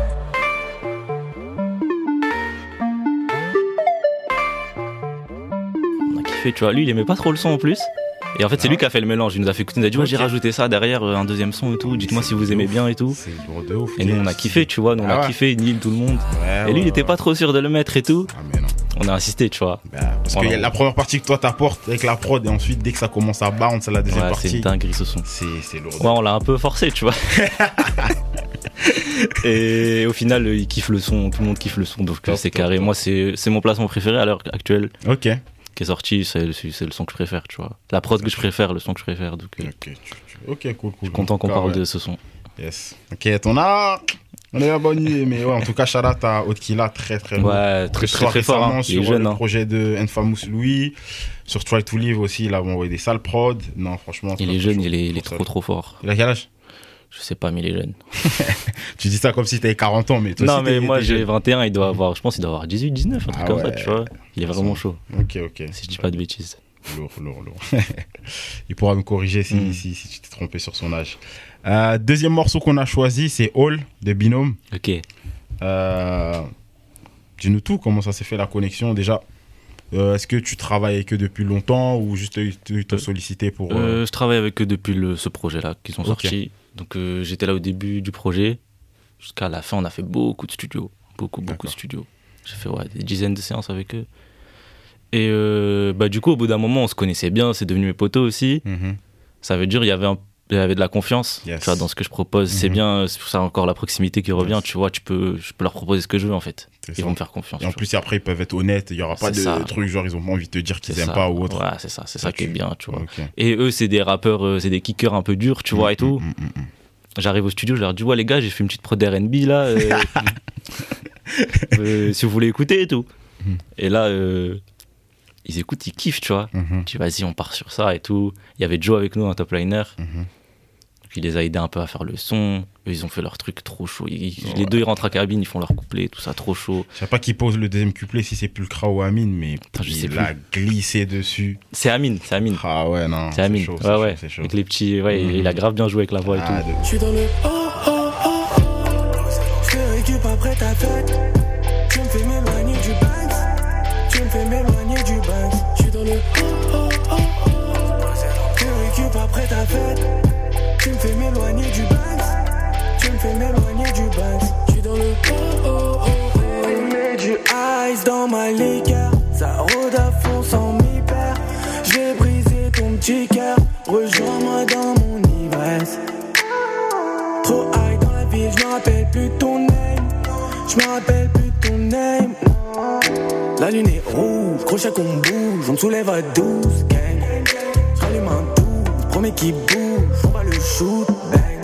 On a kiffé, tu vois. Lui, il aimait pas trop le son en plus. Et en fait, c'est lui qui a fait le mélange. Il nous a fait écouter, il nous a dit, ouais, Ok. j'ai rajouté ça derrière, euh, un deuxième son et tout. Dites-moi si vous aimez bien et tout. C'est lourd de ouf. Et nous, on a kiffé, tu vois. Nous, on Ah a ouais. kiffé, Neil, tout le monde. Ouais, Et lui, ouais, il était ouais. pas trop sûr de le mettre et tout. Ah, mais non. On a insisté, tu vois. Bah, parce Voilà. que y a la première partie que toi t'apportes avec la prod, et ensuite, dès que ça commence à bounce, la deuxième Ouais, c'est partie, une dinguerie ce son. c'est c'est lourd. de Ouais, on l'a un peu forcé, tu vois. Et au final, il kiffe le son, tout le monde kiffe le son, donc Top, c'est top, carré. top. Moi, c'est c'est mon placement préféré à l'heure actuelle ouf. Ok. qui est sorti, c'est c'est le son que je préfère, tu vois. La prod que je préfère, le son que je préfère, donc euh, Ok, tu- tu- ok, cool, cool. content qu'on En tout cas, parle ouais. de ce son. Yes. Ok, on a. On est à bonne idée, mais ouais, en tout cas, shout out à Otkila, très très lourd. Ouais, très Ce très soir, très fort, récemment, hein. Il est sur jeune, le hein. projet de Infamous Louis, sur Try to Live aussi, il a envoyé des sales prods. Non, franchement. Il c'est est pas jeune, chaud. il est, il est Trop trop trop fort. Il a quel âge? Je sais pas, mais il est jeune. Tu dis ça comme si t'avais quarante ans, mais toi Non, aussi, mais t'es- moi t'es j'ai jeune. vingt et un, il doit avoir, je pense qu'il doit avoir dix-huit, dix-neuf, un truc Ah comme ça, ouais. tu vois. Il est vraiment chaud, Ok, ok. si je dis pas de bêtises. Lourd, lourd, lourd. Il pourra nous corriger si, Mm. si, si tu t'es trompé sur son âge. Euh, deuxième morceau qu'on a choisi, c'est All de Binôme. Ok. Euh, Dis-nous tout, comment ça s'est fait la connexion déjà. Euh, Est-ce que tu travailles avec eux depuis longtemps ou juste ils ils t'ont sollicité pour. euh, Euh, je travaille avec eux depuis le, ce projet-là qu'ils ont Ok. sorti. Donc euh, j'étais là au début du projet. Jusqu'à la fin, on a fait beaucoup de studios. Beaucoup, beaucoup D'accord. de studios. J'ai fait ouais, des dizaines de séances avec eux. Et euh, bah, du coup, au bout d'un moment, on se connaissait bien. C'est devenu mes potos aussi. mhm. Ça veut dire il y avait un il y avait de la confiance, Yes. tu vois, dans ce que je propose. C'est Mhm. bien, c'est pour ça encore la proximité qui revient, Yes. tu vois, tu peux, je peux leur proposer ce que je veux en fait. C'est Ils ça. vont me faire confiance. Et en tu plus, après, ils peuvent être honnêtes. Il n'y aura pas C'est de ça. trucs genre ils ont pas envie de te dire vois. qu'ils C'est aiment ça. pas ou autre. Ouais, c'est ça, c'est ça qui est tu- bien, tu vois. Ok. Et eux, c'est des rappeurs, euh, c'est des kickers un peu durs, tu vois, et tout. Mm, mm, mm, mm. J'arrive au studio, je leur dis, ouais, les gars, j'ai fait une petite prod R and B là. euh, euh, si vous voulez écouter et tout. Mhm. Et là, euh, ils écoutent, ils kiffent, tu vois. Mhm, Je dis, vas-y, on part sur ça et tout. Il y avait Joe avec nous, un top liner. mhm. Puis il les a aidés un peu à faire le son. Eux, ils ont fait leur truc trop chaud. Ils- Ouais. Les deux, ils rentrent à cabine, ils font leur couplet, tout ça, trop chaud. Je sais pas qui pose le deuxième couplet, si c'est Pulcra ou Amine, mais Putain, je sais il a glissé dessus. C'est Amine, c'est Amine. Ah ouais, non. C'est Amine. chaud, c'est ouais, chaud, ouais. c'est chaud. Avec les petits, ouais, Mhm. il a grave bien joué avec la voix et Ah, tout. de- Je suis dans le oh oh oh oh. Je te récup après ta fête. Tu me fais m'éloigner du bank. Tu me fais m'éloigner du bank. Je suis dans le oh oh oh oh. Je te récup après ta fête. Tu me fais m'éloigner du bank. Tu me fais m'éloigner du bank. Je suis dans le oh oh oh oh. Il met du ice dans ma liqueur. Ça rôde à fond sans m'y perdre. J'ai brisé ton petit cœur. Rejoins-moi dans mon ivresse. Trop high dans la ville, je me rappelle plus de ton name. Je me rappelle plus de ton name. La lune est rouge, crochet qu'on bouge, on me soulève à douze, gang. Je rallume un douze, premier qui bouge, on va le shoot, bang.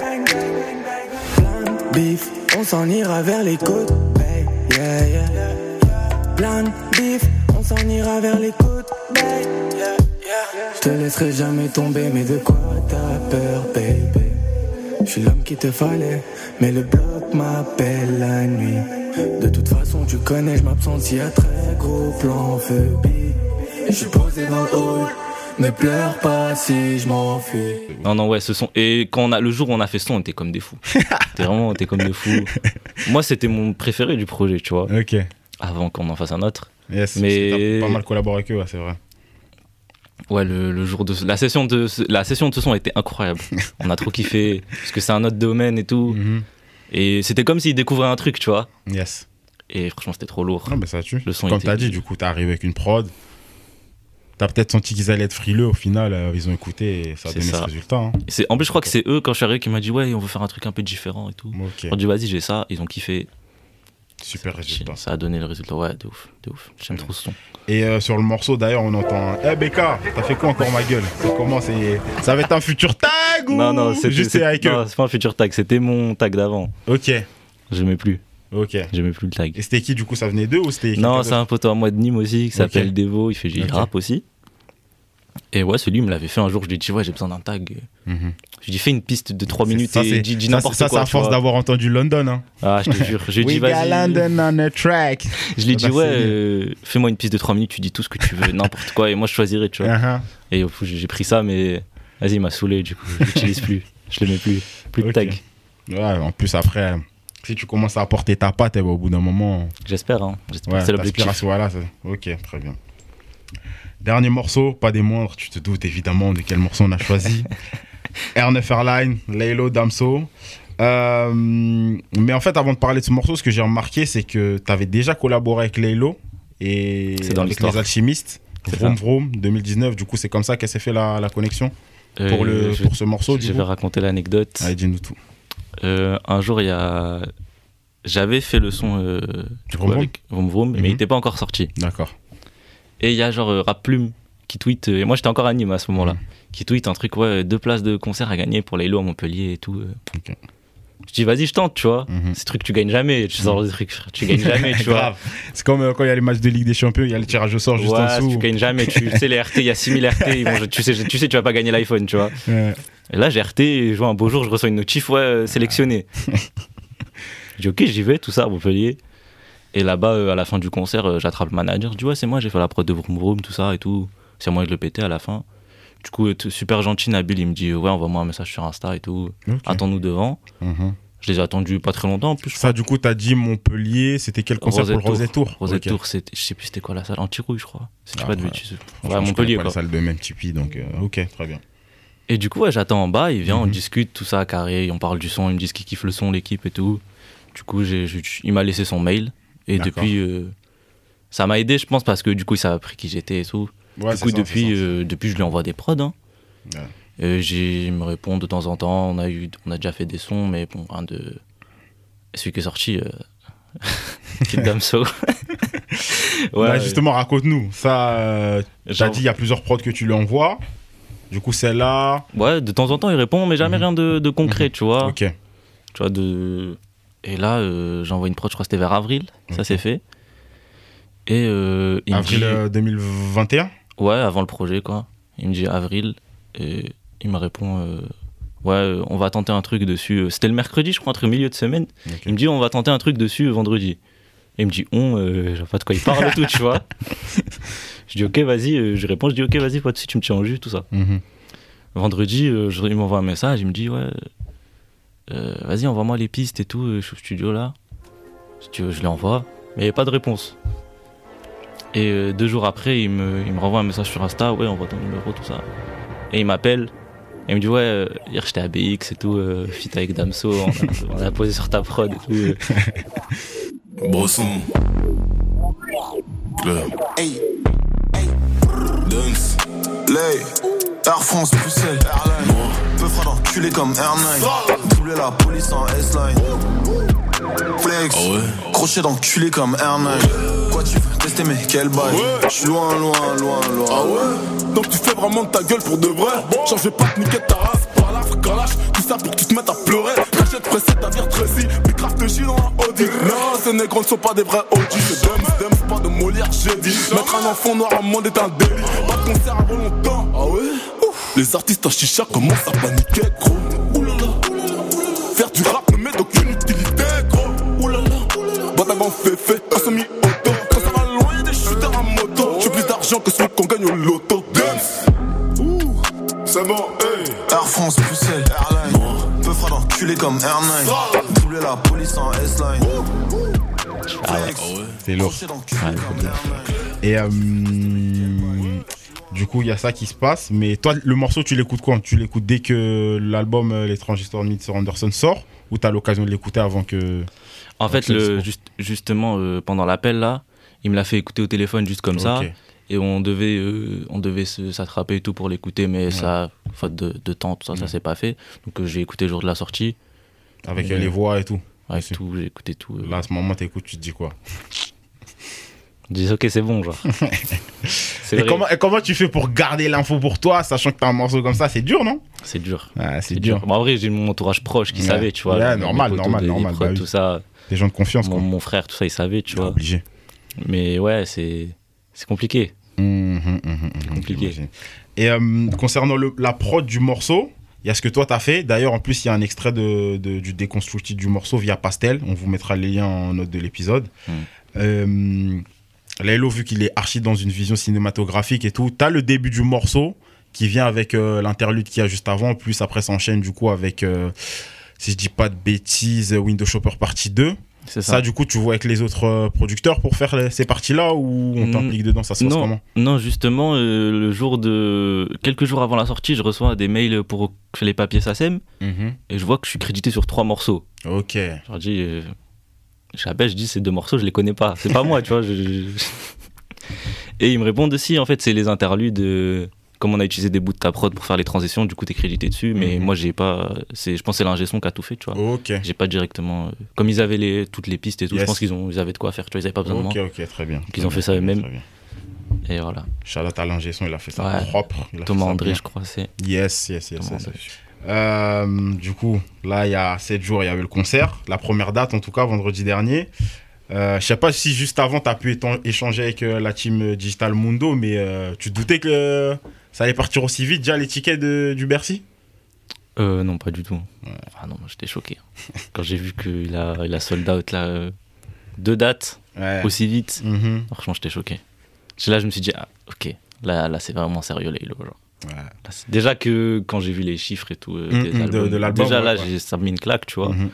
Plein de bif, on s'en ira vers les côtes, bang, yeah, yeah. Plein de bif, on s'en ira vers les côtes, bang, yeah, yeah. Je te laisserai jamais tomber, mais de quoi t'as peur, baby? Je suis l'homme qu'il te fallait, mais le bloc m'appelle la nuit. De toute façon, tu connais, je m'absente s'il y a très gros plan phobie. Je suis posé dans le hall, ne pleure pas si je m'enfuis. Non, non, ouais, ce son. Et quand on a, le jour où on a fait ce son, on était comme des fous. C'était vraiment, on était comme des fous. Moi, c'était mon préféré du projet, tu vois. Ok. Avant qu'on en fasse un autre. Yes, Mais- parce que t'as pas mal collaboré avec eux, ouais, c'est vrai. Ouais, le, le jour de. La session de, ce- la session de ce son était incroyable. On a trop kiffé. Parce que c'est un autre domaine et tout. Mhm. Et c'était comme s'ils découvraient un truc, tu vois. Yes. Et franchement, c'était trop lourd. Non, mais ça tue. Le son Comme était- t'as dit, du coup, t'es arrivé avec une prod. T'as peut-être senti qu'ils allaient être frileux. Au final, euh, ils ont écouté et ça a C'est donné ça. ce résultat. Hein. Et c'est- en plus, je crois que c'est eux, quand je suis arrivé, qui m'a dit, ouais, on veut faire un truc un peu différent et tout. Ok. J'ai dit, vas-y, j'ai ça. Ils ont kiffé. Super résultat. Ça a donné le résultat. Ouais, de ouf, de ouf. J'aime trop ce son. Et euh, sur le morceau, d'ailleurs, on entend Eh Becca, t'as fait quoi encore ma gueule? C'est comment c'est... Ça va être un futur tag ou Non, non, c'était juste c'est- avec eux? non, c'est pas un futur tag, c'était mon tag d'avant. Ok, J'aimais plus. ok. J'aimais plus le tag. Et c'était qui du coup? Ça venait d'eux ou c'était quelqu'un Non, d'autre? c'est un poteau à moi de Nîmes aussi qui s'appelle Ok. Devo. Il fait du Ok. rap aussi. Et ouais, celui il me l'avait fait un jour, je lui ai dit ouais, j'ai besoin d'un tag. Mm-hmm. Je lui ai dit fais une piste de trois minutes ça, et dis, dis n'importe ça, quoi. Ça, c'est à force d'avoir entendu London. Hein. Ah, je te jure. Je lui ai dit vas-y. London on a track. Je lui ai dit ouais, euh, fais-moi une piste de trois minutes, tu dis tout ce que tu veux, n'importe quoi, et moi je choisirai, tu vois. Uh-huh. Et au coup, j'ai pris ça, mais vas-y, il m'a saoulé, du coup, je l'utilise plus. Je le mets plus. Plus de okay. tag. Ouais, en plus, après, si tu commences à apporter ta patte, eh ben, au bout d'un moment. J'espère, hein. J'espère ouais, que c'est l'objectif. Voilà, c'est... Ok, très bien. Dernier morceau, pas des moindres, tu te doutes évidemment de quel morceau on a choisi. R neuf Airline, Laylo, Damso. Euh, mais en fait, avant de parler de ce morceau, ce que j'ai remarqué, c'est que tu avais déjà collaboré avec Laylo et c'est dans avec l'histoire. Les Alchimistes. Vroom Vroom deux mille dix-neuf, du coup, c'est comme ça qu'elle s'est fait la, la connexion euh, pour, le, je, pour ce morceau. Je vais raconter l'anecdote. Allez, dis-nous tout. Euh, un jour, il y a. J'avais fait le son euh, du coup, avec Vroom Vroom, mm-hmm. mais il n'était pas encore sorti. D'accord. Et il y a genre euh, Rap Plume qui tweet, euh, et moi j'étais encore à Nîmes à ce moment-là, mmh. qui tweet un truc, ouais, deux places de concert à gagner pour Laylo à Montpellier et tout. Euh. Okay. Je dis, vas-y, je tente, tu vois. Mmh. Ces trucs, tu gagnes jamais. Tu sors des trucs, tu gagnes jamais, tu vois. C'est comme euh, quand il y a les matchs de Ligue des Champions, il y a le tirage au sort juste ouais, en dessous. Tu gagnes jamais. Tu sais, les R T, il y a six mille R T. Bon, tu, sais, tu sais, tu vas pas gagner l'iPhone, tu vois. Ouais. Et là, j'ai R T, je vois un beau jour, je reçois une notif, ouais, euh, sélectionné. Je dis, ok, j'y vais, tout ça à Montpellier. Et là-bas, euh, à la fin du concert, euh, j'attrape le manager. Je dis, ouais, c'est moi, j'ai fait la prod de Vroom Vroom, tout ça et tout. C'est moi, je le pétais à la fin. Du coup, euh, super gentil, Nabil, il me dit, ouais, envoie-moi un message sur Insta et tout. Okay. Attends-nous devant. Mm-hmm. Je les ai attendus pas très longtemps en plus. Ça, du coup, t'as dit Montpellier, c'était quel concert Rosette pour le Rosette Tour Rosette Tour, okay. je sais plus c'était quoi la salle, Antirouille, je crois. Si tu ah, pas de ouais. bêtises. Ouais, Montpellier, quoi. La salle de même Tipeee, donc euh, ok, très bien. Et du coup, ouais, j'attends en bas, il vient, mm-hmm. on discute, tout ça, carré, on parle du son, il me dit qu'il kiffe le son, l'équipe et tout. Du coup, j'ai, j'ai, il m'a laissé son mail. Et D'accord. depuis, euh, ça m'a aidé, je pense, parce que du coup, ça a appris qui j'étais et tout. Ouais, du coup, ça, depuis, euh, depuis, je lui envoie des prods. Hein. Ouais. Euh, j'ai, il me répond de temps en temps. On a, eu, on a déjà fait des sons, mais bon, rien de. Celui qui est sorti, euh... Kid Damso. ouais, bah, justement, raconte-nous. Ça, euh, t'as dit, il y a plusieurs prods que tu lui envoies. Du coup, celle-là. Ouais, de temps en temps, il répond, mais jamais mm-hmm. rien de, de concret, mm-hmm. tu vois. Ok. Tu vois, de. Et là, euh, j'envoie une prod, je crois que c'était vers avril, okay. ça s'est fait. Et euh, il avril me dit, euh, deux mille vingt et un Ouais, avant le projet, quoi. Il me dit avril, et il me répond, euh, ouais, on va tenter un truc dessus. C'était le mercredi, je crois, entre milieu de semaine. Okay. Il me dit, on va tenter un truc dessus vendredi. Et il me dit, on, euh, je sais pas de quoi il parle et tout, tu vois. Je dis, ok, vas-y, je réponds, je dis, ok, vas-y, pas de suite, tu me tiens en jus, tout ça. Mm-hmm. Vendredi, euh, je, il m'envoie un message, il me dit, ouais. Euh, vas-y, envoie-moi les pistes et tout, je suis au studio là. Si tu veux, je les envoie, mais il n'y a pas de réponse. Et euh, deux jours après, il me, il me renvoie un message sur Insta, ouais, envoie ton numéro, tout ça. Et il m'appelle, et il me dit, ouais, euh, hier j'étais à B X et tout, euh, feat avec Damso, on a, on a posé sur ta prod et tout. Euh. Brosson. Club. Hey. Hey. Dunks. Lay. Air France, Bruxelles, Airline. Peu fera d'enculé comme Air neuf. Doubler la police en S-Line. Flex, oh ouais. Crochet d'enculé comme Air neuf. Quoi tu veux tester mais quel bail. Ouais. J'suis loin, loin, loin, loin. Ah ouais. Donc tu fais vraiment de ta gueule pour de vrai. Genre je vais pas te niquer ta race. Par là, frère, lâche. Tout ça pour que tu te mettes à pleurer. Cachette pressée, ta vie rétrécie. Puis craft de chie dans un Audi. Non, ces négros ne sont pas des vrais O G. C'est Dems, Dems, pas de Molière, j'ai dit. Mettre un enfant noir en monde est un délit. Pas de concert avant longtemps. Ah ouais. Les artistes en chicha commencent à paniquer, gros. Oulala, faire du rap ne met d'aucune utilité, gros. Oulala, Bataban fait fait, un semi-auto. Quand ça va loin, y'a des shooters à moto. J'ai plus d'argent que celui qu'on gagne au loto. Dance, ouh, c'est bon, hey. Air France, Bruxelles, Airline. Peu fera d'enculé comme Air neuf. Doubler la police en S-Line. Ah ouais, c'est lourd. Et euh. Du coup, il y a ça qui se passe. Mais toi, le morceau, tu l'écoutes quand ? Tu l'écoutes dès que l'album euh, L'étrange histoire de Mister Anderson sort, ou tu as l'occasion de l'écouter avant que... En fait, le, juste, justement, euh, pendant l'appel, là, il me l'a fait écouter au téléphone juste comme okay. ça. Et on devait, euh, on devait se, s'attraper et tout pour l'écouter, mais ouais. ça, faute de, de temps, tout ça, ouais. ça s'est pas fait. Donc euh, j'ai écouté le jour de la sortie. Avec et, les voix et tout. Avec aussi. Tout, j'ai écouté tout. Euh... Là, à ce moment, t'écoutes, tu te dis quoi ? Je dis ok, c'est bon, genre. c'est et, comment, et comment tu fais pour garder l'info pour toi, sachant que t'as un morceau comme ça, c'est dur, non ? C'est dur. Ah, c'est, c'est dur. dur. Bon, en vrai, j'ai mon entourage proche qui ouais. savait, tu vois. Ouais, normal, normal, des, normal. Des prods, bah, tout ça. Des gens de confiance, mon, quoi. Mon frère, tout ça, il savait, tu vois. Obligé. Mais ouais, c'est, c'est compliqué. Mmh, mmh, mmh, C'est compliqué. j'imagine. Et euh, concernant le, la prod du morceau, il y a ce que toi t'as fait. D'ailleurs, en plus, il y a un extrait de, de, du déconstructed du morceau via Pastel. On vous mettra les liens en note de l'épisode. Mmh. Euh, Laylo, vu qu'il est archi dans une vision cinématographique et tout, t'as le début du morceau qui vient avec euh, l'interlude qu'il y a juste avant, plus après s'enchaîne du coup avec, euh, si je dis pas de bêtises, Window Shopper partie deux. C'est Ça. ça. du coup, tu vois avec les autres euh, producteurs pour faire les- ces parties-là ou on Mm, t'implique dedans, ça se passe non, comment? non, justement, euh, le jour de. Quelques jours avant la sortie, je reçois des mails pour faire les papiers S A C E M Mhm. et je vois que je suis crédité sur trois morceaux. Ok. Je leur dis. euh, Je l'appelle, je dis ces deux morceaux, je les connais pas. C'est pas moi, tu vois. je- je- Et ils me répondent aussi, en fait, c'est les interludes. euh, Comme on a utilisé des bouts de ta prod pour faire les transitions, du coup, t'es crédité dessus. Mais Mhm. moi, j'ai pas. c'est- Je pense que c'est l'ingé son qui a tout fait, tu vois. Ok. J'ai pas directement. euh, Comme ils avaient les... toutes les pistes et tout, Yes. je pense qu'ils ont... ils avaient de quoi faire, tu vois. Ils avaient pas besoin Ok, de moi. ok, très bien. Ils ont fait ça eux-mêmes. Et voilà. Charlotte à l'ingé son, il a fait ça Ouais. propre. Il a Thomas fait ça André, bien. je crois, c'est. Yes, yes, yes. Thomas yes. André. Euh, du coup, là, il y a sept jours, il y avait le concert. La première date, en tout cas, vendredi dernier. Euh, je sais pas si juste avant, tu as pu éton- échanger avec euh, la team euh, Digital Mundo, mais euh, tu te doutais que euh, ça allait partir aussi vite, déjà, les tickets de- du Bercy? Euh, non, pas du tout. Ah non, moi, j'étais choqué. Quand j'ai vu qu'il a, il a sold out là, euh, deux dates Ouais. aussi vite, Mhm. franchement, j'étais choqué. Là, je me suis dit, ah, ok, là, là c'est vraiment sérieux, Laylo. Genre. Ouais. Là, c'est- déjà que quand j'ai vu les chiffres et tout, euh, Mm, des mm, de- albums, de l'album, déjà ouais, là, ouais. j'ai- ça m'a mis une claque, tu vois. Mhm, mhm.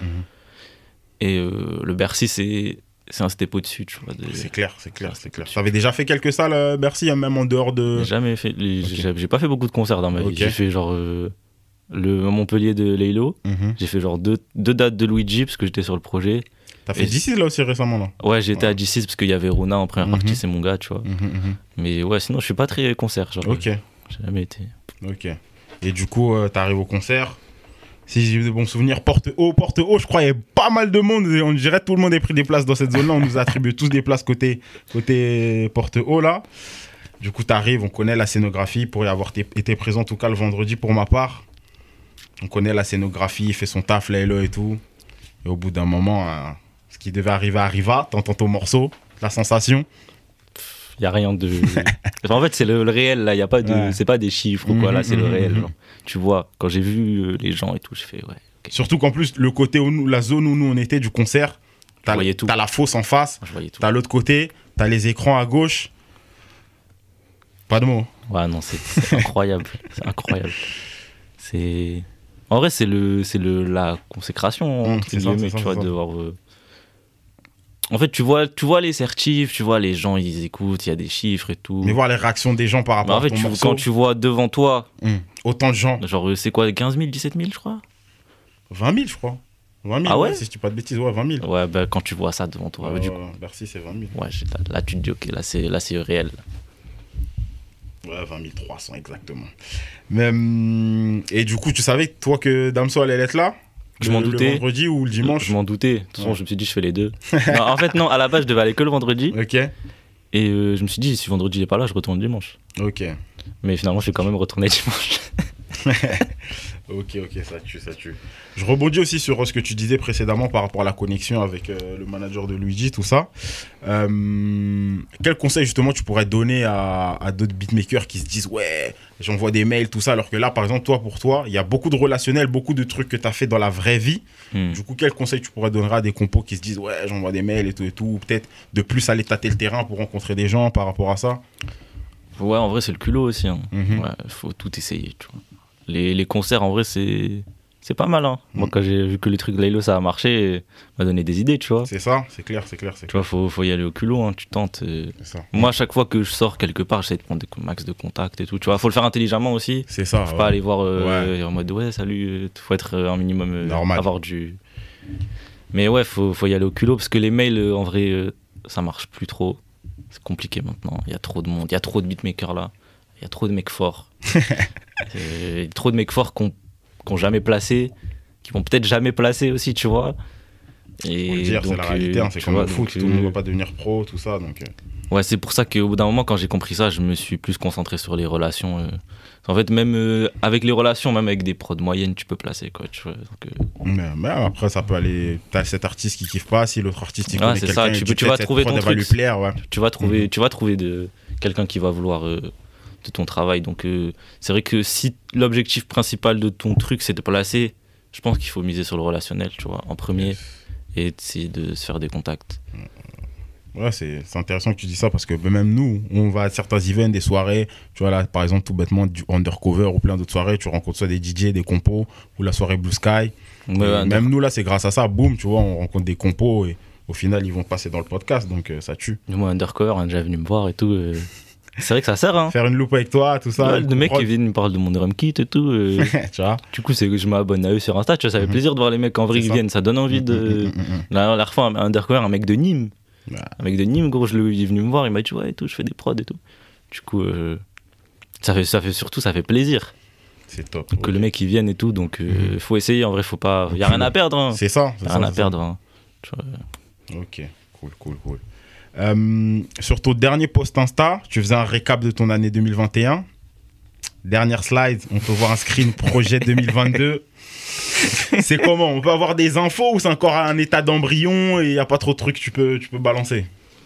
Et euh, le Bercy, c'est, c'est un step au-dessus, tu vois. de- C'est clair, c'est clair, Ça, c'est clair. c'est Tu avais déjà fait quelques salles, euh, Bercy, hein, même en dehors de. J'ai jamais fait, les- Ok. j'ai, j'ai pas fait beaucoup de concerts dans ma vie. Ok. J'ai fait genre euh, le Montpellier de Laylo. Mhm. J'ai fait genre deux, deux dates de Luigi parce que j'étais sur le projet. T'as fait Et- d'ici là aussi récemment, là. Ouais, j'étais Ouais. à D six parce qu'il y avait Rona en première Mhm. partie, c'est mon gars, tu vois. Mhm, mhm. Mais ouais, sinon, je suis pas très concert. Genre, Ok, J'ai jamais été. ok. Et du coup, euh, t'arrives au concert. Si j'ai de bons souvenirs, porte haut, porte haut, je crois qu'il y avait pas mal de monde. Et on dirait que tout le monde a pris des places dans cette zone-là. On nous a attribué tous des places côté, côté porte haut, là. Du coup, t'arrives, on connaît la scénographie pour y avoir t- été présent, en tout cas le vendredi pour ma part. On connaît la scénographie, il fait son taf, Laylo et tout. Et au bout d'un moment, hein, ce qui devait arriver arriva. T'entends ton morceau, la sensation. Il y a rien de. Enfin, en fait, c'est le, le réel, là. Y a pas de... Ouais. C'est pas des chiffres ou quoi, là, Mhm, c'est le mhm, réel. mhm. Genre. Tu vois, quand j'ai vu euh, les gens et tout, j'ai fait, ouais. ok. Surtout qu'en plus, le côté où nous, la zone où nous on était du concert, t'as, voyais tout. t'as la fosse en face, Moi, je voyais tout. t'as l'autre côté, t'as les écrans à gauche. Pas de mots. Ouais, non, c'est, c'est incroyable. C'est incroyable. C'est. En vrai, c'est, le, c'est le, la consécration, Mmh, entre c'est ça, guillemets, c'est ça, tu vois, c'est ça. de voir. euh, En fait, tu vois, tu vois les certifs, tu vois les gens, ils écoutent, il y a des chiffres et tout. Mais voir les réactions des gens par Mais rapport en fait, à ton tu- morceau. quand tu vois devant toi, Mmh. Autant de gens. genre, euh, c'est quoi, quinze mille, dix-sept mille, je crois vingt mille, je crois. vingt mille, Ah ouais si je dis pas de bêtises, ouais, vingt mille. Ouais, bah, quand tu vois ça devant toi, Ouais, du ouais, coup, Bercy, c'est vingt mille. ouais, j'ai- là, là, tu te dis, ok, là, c'est, là, c'est réel. Ouais, vingt mille trois cents exactement. Mais, hum, et du coup, tu savais, toi, que Damso allait être là? Je Le- m'en Le doutais. vendredi ou le dimanche? Je m'en doutais. De toute façon, Ouais. je me suis dit, je fais les deux. Non, en fait, non, à la base, je devais aller que le vendredi. Ok, Et euh, je me suis dit, si vendredi il est pas là, je retourne dimanche. ok. Mais finalement, je suis quand même retourné dimanche. Ok, ok, ça tue, ça tue. Je rebondis aussi sur ce que tu disais précédemment par rapport à la connexion avec euh, le manager de Luigi, tout ça. Euh, quel conseil justement tu pourrais donner à, à d'autres beatmakers qui se disent ouais, j'envoie des mails, tout ça, alors que là, par exemple, toi pour toi, il y a beaucoup de relationnel, beaucoup de trucs que tu as fait dans la vraie vie. Hmm. Du coup, quel conseil tu pourrais donner à des compos qui se disent ouais, j'envoie des mails et tout et tout, ou peut-être de plus aller tâter le terrain pour rencontrer des gens par rapport à ça? Ouais, en vrai, c'est le culot aussi. Hein. Mhm. Ouais, faut tout essayer, tu vois. Les, les concerts, en vrai, c'est, c'est pas mal. Hein. Moi, Mm. quand j'ai vu que le truc de Laylo, ça a marché, m'a donné des idées, tu vois. C'est ça, c'est clair, c'est clair, c'est Tu clair. vois, faut, faut y aller au culot, hein. Tu tentes. euh. C'est ça. Moi, à chaque fois que je sors quelque part, j'essaie de prendre des max de contacts et tout. Tu vois, faut le faire intelligemment aussi. C'est ça. Faut ouais. pas aller voir euh, en mode ouais, salut. euh, Faut être euh, un minimum. euh, Normal. Avoir du. Mais ouais, faut, faut y aller au culot parce que les mails, euh, en vrai, euh, ça marche plus trop. C'est compliqué maintenant. Il y a trop de monde. Il y a trop de beatmakers là. Il y a trop de mecs forts. Euh, trop de mecs forts qu'on qu'on jamais placé, qui vont peut-être jamais placer aussi, tu vois. Et Faut le dire, c'est donc, la réalité, euh, hein, c'est tu comme vois, au foot, donc, tout le monde euh, ne va pas devenir pro, tout ça, donc... euh, Ouais, c'est pour ça qu'au bout d'un moment, quand j'ai compris ça, je me suis plus concentré sur les relations. euh. En fait, même euh, avec les relations, même avec des prods moyennes, tu peux placer, quoi, tu vois. Donc, euh, Mais, mais après, ça peut aller... T'as cet artiste qui kiffe pas, si l'autre artiste, il Ouais, connaît c'est quelqu'un, ça, il tu dit peux- tu vas peut-être cette trouver prod, ton elle va truc. lui plaire, ouais. tu vas trouver, Mhm. tu vas trouver de quelqu'un qui va vouloir euh, de ton travail. Donc euh, c'est vrai que si l'objectif principal de ton truc c'est de placer, je pense qu'il faut miser sur le relationnel, tu vois, en premier, et essayer de se faire des contacts. Ouais, c'est, c'est intéressant que tu dis ça parce que même nous, on va à certains events, des soirées, tu vois là, par exemple, tout bêtement, du undercover ou plein d'autres soirées, tu rencontres soit des D J, des compos, ou la soirée Blue Sky. Ouais, même nous, là, c'est grâce à ça, boum, tu vois, on rencontre des compos et au final, ils vont passer dans le podcast, donc euh, ça tue. Moi, undercover, on est déjà venu me voir et tout. Euh... C'est vrai que ça sert, hein. Faire une loupe avec toi, tout ça. Ouais, le mec qui vient me parle de mon drum kit et tout. Euh... tu vois. Du coup, c'est que je m'abonne à eux sur Insta, tu vois, ça fait mm-hmm. plaisir de voir les mecs en vrai qui viennent, ça donne envie de. Mm-hmm. La dernière fois, un undercover, un mec de Nîmes. Ouais. Un mec de Nîmes, gros, je le, il est venu me voir, il m'a dit ouais et tout, je fais des prods et tout. Du coup, euh, ça, fait, ça fait surtout, ça fait plaisir. C'est top. Donc, okay. Que le mec il vienne et tout, donc euh, mm-hmm. faut essayer, en vrai, faut pas. Il y a rien à perdre. Hein. C'est ça. Il y a rien à perdre. Hein. Tu vois. Ok, cool, cool, cool. Euh, sur ton dernier post Insta, tu faisais un récap de ton année deux mille vingt et un. Dernière slide, on peut voir un screen projet deux mille vingt-deux. C'est comment? On peut avoir des infos ou c'est encore un état d'embryon et il n'y a pas trop de trucs que tu peux, tu peux balancer?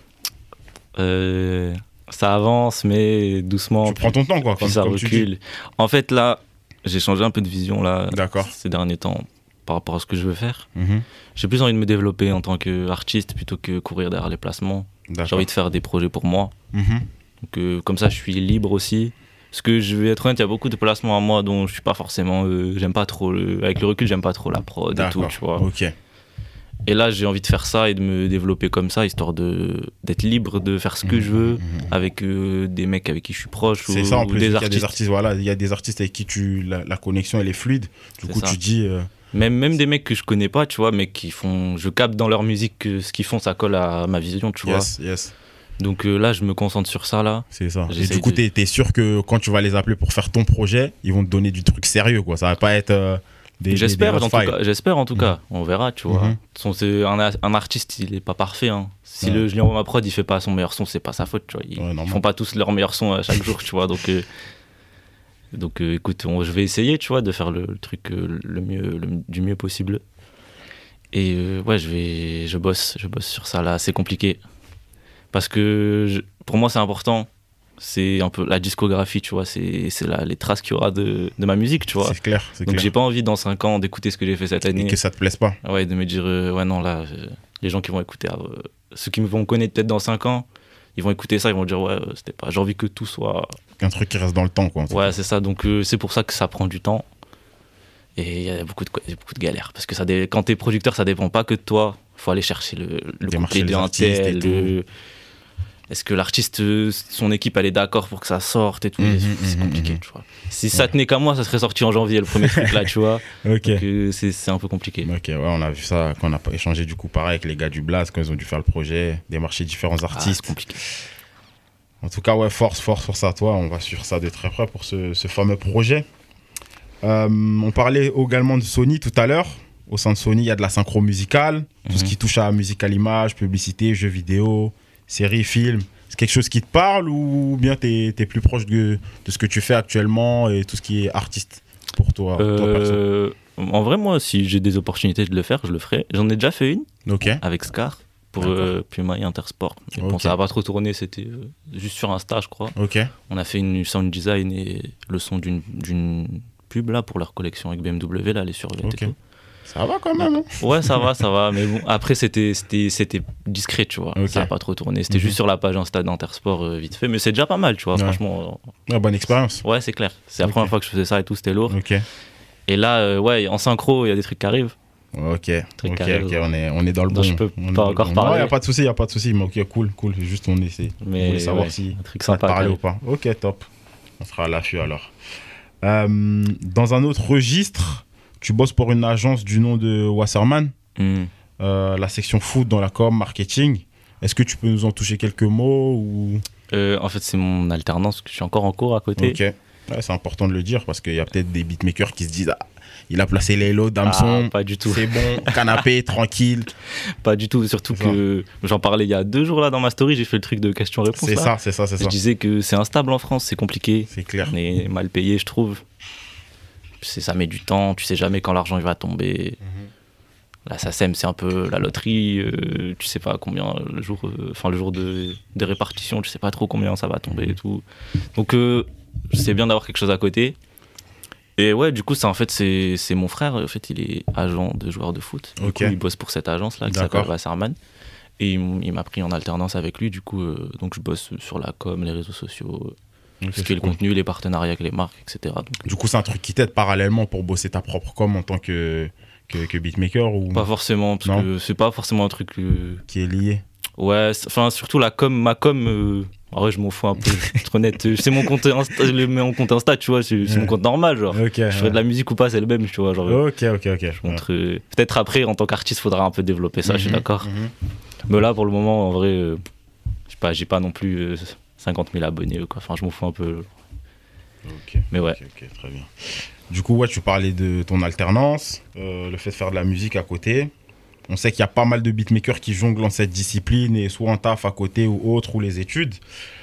euh, Ça avance, mais doucement. Tu puis, prends ton temps, quoi. Puis comme, ça comme recule. En fait, là, j'ai changé un peu de vision là, ces derniers temps par rapport à ce que je veux faire. Mm-hmm. J'ai plus envie de me développer en tant qu'artiste plutôt que courir derrière les placements. D'accord. J'ai envie de faire des projets pour moi. Mm-hmm. Donc, euh, comme ça, je suis libre aussi. Parce que je vais être honnête, il y a beaucoup de placements à moi dont je suis pas forcément. Euh, j'aime pas trop. Le, avec le recul, j'aime pas trop la prod D'accord. et tout, tu vois. Ok. Et là, j'ai envie de faire ça et de me développer comme ça, histoire de, d'être libre de faire ce que mmh, je veux, mmh. avec euh, des mecs avec qui je suis proche. C'est ou, ça, en plus, il y a des artistes, voilà, il y a des artistes avec qui tu, la, la connexion, elle est fluide. Du C'est coup, ça. tu dis. Euh... Même, même des mecs que je connais pas, tu vois, mais qui font. Je capte dans leur musique que ce qu'ils font, ça colle à ma vision, tu yes, vois. Yes. Donc euh, là, je me concentre sur ça, là. C'est ça. J'essaie et du coup, de... t'es, t'es sûr que quand tu vas les appeler pour faire ton projet, ils vont te donner du truc sérieux, quoi. Ça va pas être euh, des. J'espère, des, en tout cas, j'espère en tout mmh. cas. On verra, tu vois. Mmh. Son, c'est un, un artiste, il est pas parfait. Hein. Si ouais. le, je lui envoie ma prod, il fait pas son meilleur son, c'est pas sa faute, tu vois. Ils, ouais, ils font pas tous leur meilleur son à chaque jour, tu vois. Donc, euh, donc euh, écoute, on, je vais essayer, tu vois, de faire le, le truc euh, le mieux, le, du mieux possible. Et euh, ouais, je vais, je bosse, je bosse sur ça là. C'est compliqué. Parce que je, pour moi, c'est important. C'est un peu la discographie, tu vois. C'est, c'est la, les traces qu'il y aura de, de ma musique, tu vois. C'est clair. C'est Donc, clair. j'ai pas envie dans cinq ans d'écouter ce que j'ai fait cette année. Et que ça te plaise pas. Ouais, de me dire, euh, ouais, non, là, euh, les gens qui vont écouter, euh, ceux qui me vont connaître peut-être dans cinq ans, ils vont écouter ça, ils vont dire, ouais, c'était pas. J'ai envie que tout soit. Qu'un truc qui reste dans le temps, quoi. Ouais, cas. C'est ça. Donc, euh, c'est pour ça que ça prend du temps. Et il y a beaucoup de, beaucoup de galères. Parce que ça dé... quand t'es producteur, ça dépend pas que de toi. Il faut aller chercher le, le couplet d'un tel, le. Est-ce que l'artiste, son équipe, elle est d'accord pour que ça sorte et tout. Mmh, c'est mmh, compliqué, mmh. tu vois. Si ouais. ça tenait qu'à moi, ça serait sorti en janvier, le premier truc là, tu vois. Ok. Donc, euh, c'est, c'est un peu compliqué. Ok, ouais, on a vu ça quand on a échangé du coup, pareil, avec les gars du Blast, quand ils ont dû faire le projet, démarcher différents artistes. Ah, c'est compliqué. En tout cas, ouais, force, force, force à toi. On va suivre ça de très près pour ce, ce fameux projet. Euh, on parlait également de Sony tout à l'heure. Au sein de Sony, il y a de la synchro musicale, mmh. tout ce qui touche à la musique à l'image, publicité, jeux vidéo. Séries, films, c'est quelque chose qui te parle ou bien t'es, t'es plus proche de, de ce que tu fais actuellement et tout ce qui est artiste pour toi, euh, toi En vrai, moi, si j'ai des opportunités de le faire, je le ferai. J'en ai déjà fait une okay. avec Scar pour euh, Puma et Intersport. Mais okay. bon, ça n'a pas trop tourné, c'était euh, juste sur Insta, je crois. Okay. On a fait une sound design et le son d'une, d'une pub là, pour leur collection avec B M W, là, les survêtements okay. et tout. Ça va quand même. Hein ouais, ça va, ça va. Mais bon, après, c'était, c'était, c'était discret, tu vois. Okay. Ça n'a pas trop tourné. C'était mm-hmm. juste sur la page Insta d'Intersport, euh, vite fait. Mais c'est déjà pas mal, tu vois, ouais. franchement. Ouais, bonne expérience. Ouais, c'est clair. C'est la okay. première fois que je faisais ça et tout, c'était lourd. Okay. Et là, euh, ouais, en synchro, il y a des trucs qui arrivent. Ok, ok, arrivent. ok, on est, on est dans le bon. Je peux on pas encore bon. parler. Il n'y a pas de souci, il n'y a pas de souci. Mais ok, cool, cool. Juste, on essaie. Mais on voulait savoir ouais, si un truc ça sympa te parlait ou pas. Ok, top. On sera à l'affût alors. Euh, dans un autre registre, tu bosses pour une agence du nom de Wasserman, mm. euh, la section food dans la com, marketing. Est-ce que tu peux nous en toucher quelques mots ou... euh, En fait, c'est mon alternance, que je suis encore en cours à côté. Ok, ouais, c'est important de le dire parce qu'il y a peut-être des beatmakers qui se disent ah, il a placé les lots d'Amson, ah, pas du tout. C'est bon, canapé, tranquille. Pas du tout, surtout c'est que ça. J'en parlais il y a deux jours là dans ma story, j'ai fait le truc de question-réponse. C'est là. ça, c'est ça, c'est je ça. Je disais que c'est instable en France, c'est compliqué. C'est clair. On est mal payé, je trouve. C'est, ça met du temps, tu sais jamais quand l'argent il va tomber. Mm-hmm. la S A C E M, c'est un peu la loterie. Euh, tu sais pas combien le jour, enfin euh, le jour de, des répartitions, tu sais pas trop combien ça va tomber et tout. Donc euh, c'est bien d'avoir quelque chose à côté. Et ouais, du coup, ça, en fait, c'est, c'est mon frère. En fait, il est agent de joueur de foot. Du Okay. coup, il bosse pour cette agence-là qui D'accord. s'appelle Wasserman. Et il, il m'a pris en alternance avec lui. Du coup, euh, donc je bosse sur la com, les réseaux sociaux, Ok, ce qui est le cool. contenu, les partenariats avec les marques, et cetera. Donc, Du coup, c'est un truc qui t'aide parallèlement pour bosser ta propre com en tant que, que, que beatmaker ou pas forcément, parce Non. que c'est pas forcément un truc. euh, qui est lié? Ouais, enfin, surtout la com, ma com. Euh, en vrai, je m'en fous un peu, pour être honnête. Euh, C'est mon compte Insta, je le mets en compte Insta, tu vois, c'est, c'est Ouais. mon compte normal, genre. Ok. Je fais de la musique ou pas, c'est le même, tu vois. Genre, Ok, ok, ok. je montre, euh, peut-être après, en tant qu'artiste, faudra un peu développer ça, je suis Mhm, d'accord. mhm. Mais là, pour le moment, en vrai, euh, je sais pas, j'ai pas non plus euh, cinquante mille abonnés, quoi. Enfin, je m'en fous un peu. Ok. Mais ouais. Ok, ok, très bien. Du coup, ouais, tu parlais de ton alternance, euh, le fait de faire de la musique à côté. On sait qu'il y a pas mal de beatmakers qui jonglent dans cette discipline et soit un taf à côté ou autre ou les études.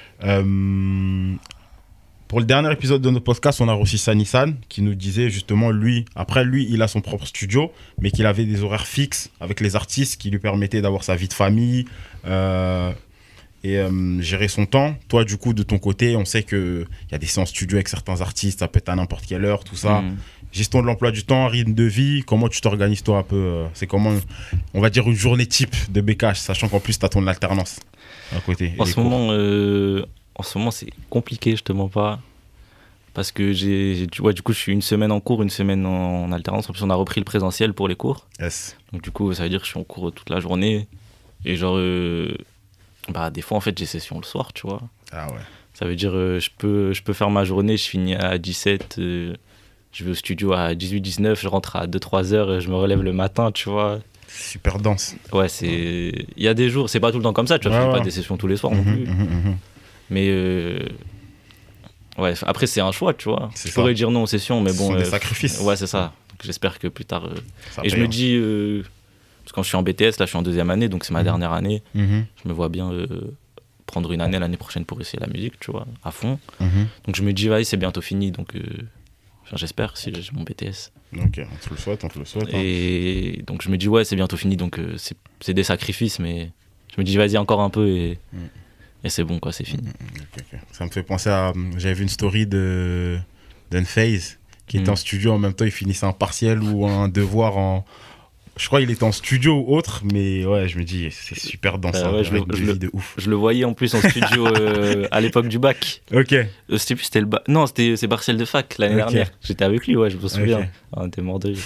Euh, pour le dernier épisode de notre podcast, on a reçu Sanissan qui nous disait justement, lui, après lui, il a son propre studio, mais qu'il avait des horaires fixes avec les artistes qui lui permettaient d'avoir sa vie de famille euh, et euh, gérer son temps. Toi, du coup, de ton côté, on sait qu'il y a des séances studio avec certains artistes, ça peut être à n'importe quelle heure, tout ça. Mm. Gestion de l'emploi du temps, rythme de vie, comment tu t'organises toi un peu euh, c'est comment, on va dire, une journée type de B K H, sachant qu'en plus, tu as ton alternance à côté. et En les ce, cours. moment, euh, en ce moment, c'est compliqué, je te mens pas. Parce que j'ai, j'ai- tu vois, du coup, je suis une semaine en cours, une semaine en, en alternance. En plus, on a repris le présentiel pour les cours. Yes. Donc, du coup, ça veut dire que je suis en cours toute la journée. Et genre, euh, bah, des fois, en fait, j'ai session le soir, tu vois. Ah ouais. Ça veut dire, euh, je peux, je peux faire ma journée, je finis à dix-sept, euh, je vais au studio à dix-huit dix-neuf, je rentre à deux trois heures, et je me relève le matin, tu vois. Super dense. Ouais, c'est. Il y a des jours, c'est pas tout le temps comme ça, tu vois, Ouais, je fais ouais. pas des sessions tous les soirs non Mhm, plus. mhm, mhm. Mais. euh, Ouais, après, c'est un choix, tu vois. C'est Je ça. pourrais dire non aux sessions, mais Ce bon. sont des euh, sacrifices. Ouais, c'est ça. Donc, j'espère que plus tard. euh, Ça Et je paye, me hein. dis. euh, Parce que quand je suis en B T S, là, je suis en deuxième année, donc c'est ma Mhm. dernière année. Mhm, Je me vois bien euh, prendre une année l'année prochaine pour essayer la musique, tu vois, à fond. mhm. Donc je me dis, ouais, c'est bientôt fini, donc euh, enfin, j'espère si j'ai mon B T S. Ok, on te le souhaite, on te le souhaite. hein. Et donc je me dis, ouais, c'est bientôt fini, donc euh, c'est, c'est des sacrifices, mais je me dis, vas-y, encore un peu et, Mm. et c'est bon, quoi, c'est fini. Ok, ok. Ça me fait penser à. J'avais vu une story de d'Unphase qui était Mm. en studio en même temps, il finissait un partiel ou un devoir en. Je crois qu'il était en studio ou autre, mais ouais, je me dis, c'est super dense, Bah hein, ouais, je rythme le- de je vie le- de ouf. Je le voyais en plus en studio euh, à l'époque du bac. Ok. Euh, c'était plus, c'était le bac. Non, c'était c'est partiel de fac l'année Ok. dernière. J'étais avec lui, ouais, je me souviens. Ok. Ah, on était mort de rire.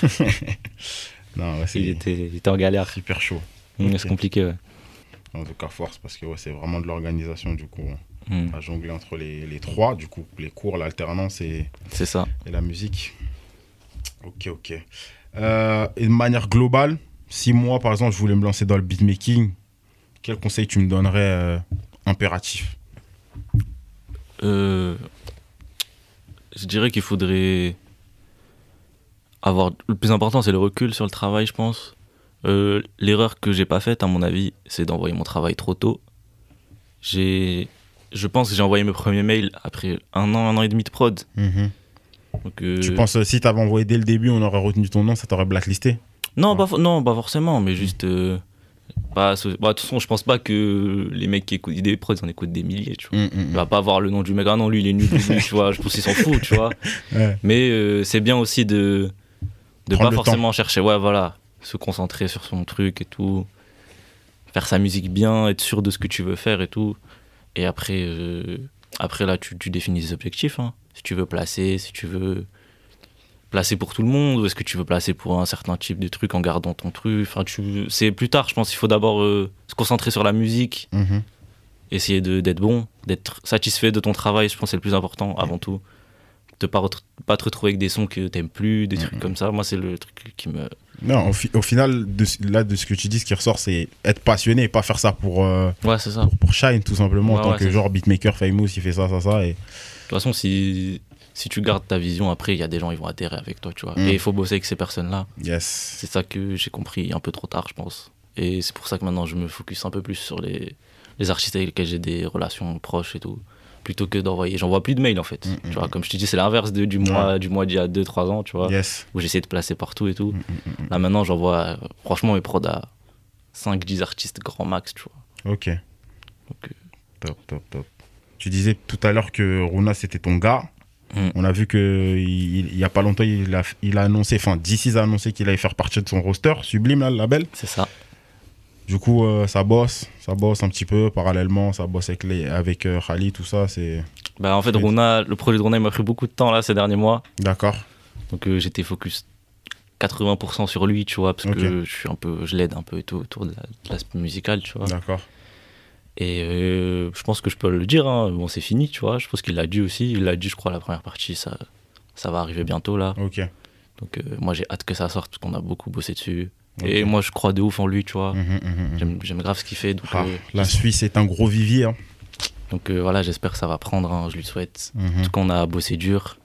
Non, ouais, c'est il, était, il était en galère. super chaud. Mm, Ok. C'est compliqué, ouais. En tout cas, force, parce que ouais, c'est vraiment de l'organisation, du coup, Mm, à jongler entre les, les trois, du coup, les cours, l'alternance et, c'est ça. et la musique. Ok, ok. Euh, et de manière globale, si moi, par exemple, je voulais me lancer dans le beatmaking, quel conseil tu me donnerais euh, impératif? Euh, je dirais qu'il faudrait avoir. Le plus important, c'est le recul sur le travail, je pense. Euh, l'erreur que j'ai pas faite, à mon avis, c'est d'envoyer mon travail trop tôt. J'ai, je pense que j'ai envoyé mes premiers mails après un an, un an et demi de prod. Mhm. Donc, euh, Tu penses, euh, si t'avais envoyé dès le début, on aurait retenu ton nom, ça t'aurait blacklisté? Non, pas, for- non, pas forcément, mais juste. euh, pas, ce- bah, de toute façon, je pense pas que les mecs qui écoutent des prods, ils en écoutent des milliers, tu vois. Mhm, Il va pas voir le nom du mec, ah non, lui il est nul, lui, tu vois, je pense qu'il s'en fout, tu vois. Ouais. Mais euh, c'est bien aussi de de Prendre pas le forcément chercher, ouais, voilà, se concentrer sur son truc et tout, faire sa musique bien, être sûr de ce que tu veux faire et tout. Et après, euh, après là, tu, tu définis des objectifs, hein. Si tu veux placer, si tu veux placer pour tout le monde, ou est-ce que tu veux placer pour un certain type de truc en gardant ton truc. Enfin, tu, c'est plus tard, je pense, il faut d'abord euh, se concentrer sur la musique, Mhm. essayer de, d'être bon, d'être satisfait de ton travail, je pense que c'est le plus important avant tout. De pas, retre- pas te retrouver avec des sons que t'aimes plus, des trucs comme ça. Moi, c'est le truc qui me. Non, au, fi- au final, de, ce- là, de ce que tu dis, ce qui ressort, c'est être passionné et pas faire ça pour, euh, Ouais, c'est ça. pour, pour shine, tout simplement, Ouais, en tant ouais, que c'est genre beatmaker famous, il fait ça, ça, ça. Et... De toute façon, si, si tu gardes ta vision, après, il y a des gens qui vont adhérer avec toi, tu vois. Mm. Et il faut bosser avec ces personnes-là. Yes. C'est ça que j'ai compris un peu trop tard, je pense. Et c'est pour ça que maintenant, je me focus un peu plus sur les, les artistes avec lesquels j'ai des relations proches et tout. plutôt que d'envoyer. J'envoie plus de mails en fait. Mm, tu mm, vois, comme je te dis, c'est l'inverse de, du mois, Ouais. du mois d'il y a deux trois ans, tu vois, Yes. où j'essayais de placer partout et tout. Mm, mm, mm. Là maintenant, j'envoie euh, franchement mes prods à cinq dix artistes grand max, tu vois. Ok. Donc, euh, Top, top, top. Tu disais tout à l'heure que Runa, c'était ton gars. Mm. On a vu qu'il il y a pas longtemps, il a, il a annoncé, enfin, D six a annoncé qu'il allait faire partie de son roster, Sublime, là, le label. c'est ça. Du coup, euh, ça bosse, ça bosse un petit peu, parallèlement, ça bosse avec, les, avec euh, Khali, tout ça, c'est... Bah, en fait, Oui. Runa, le projet de Runa, il m'a pris beaucoup de temps là ces derniers mois. D'accord. Donc euh, j'étais focus quatre-vingts pour cent sur lui, tu vois, parce Ok. que je suis un peu, je l'aide un peu et tout autour de la- de l'aspect musical, tu vois. D'accord. Et euh, je pense que je peux le dire, hein. Bon, c'est fini, tu vois. Je pense qu'il l'a dit aussi. Il l'a dit, je crois, la première partie, ça, ça va arriver bientôt là. Ok. Donc euh, moi, j'ai hâte que ça sorte parce qu'on a beaucoup bossé dessus. Ok. Et moi, je crois de ouf en lui, tu vois. Mhm, mhm, mhm. J'aime, j'aime grave ce qu'il fait. Donc, Ah, euh, la Suisse est un gros vivier. Hein. donc euh, voilà, j'espère que ça va prendre, hein, je lui souhaite. Mhm. En tout cas, on a bossé dur.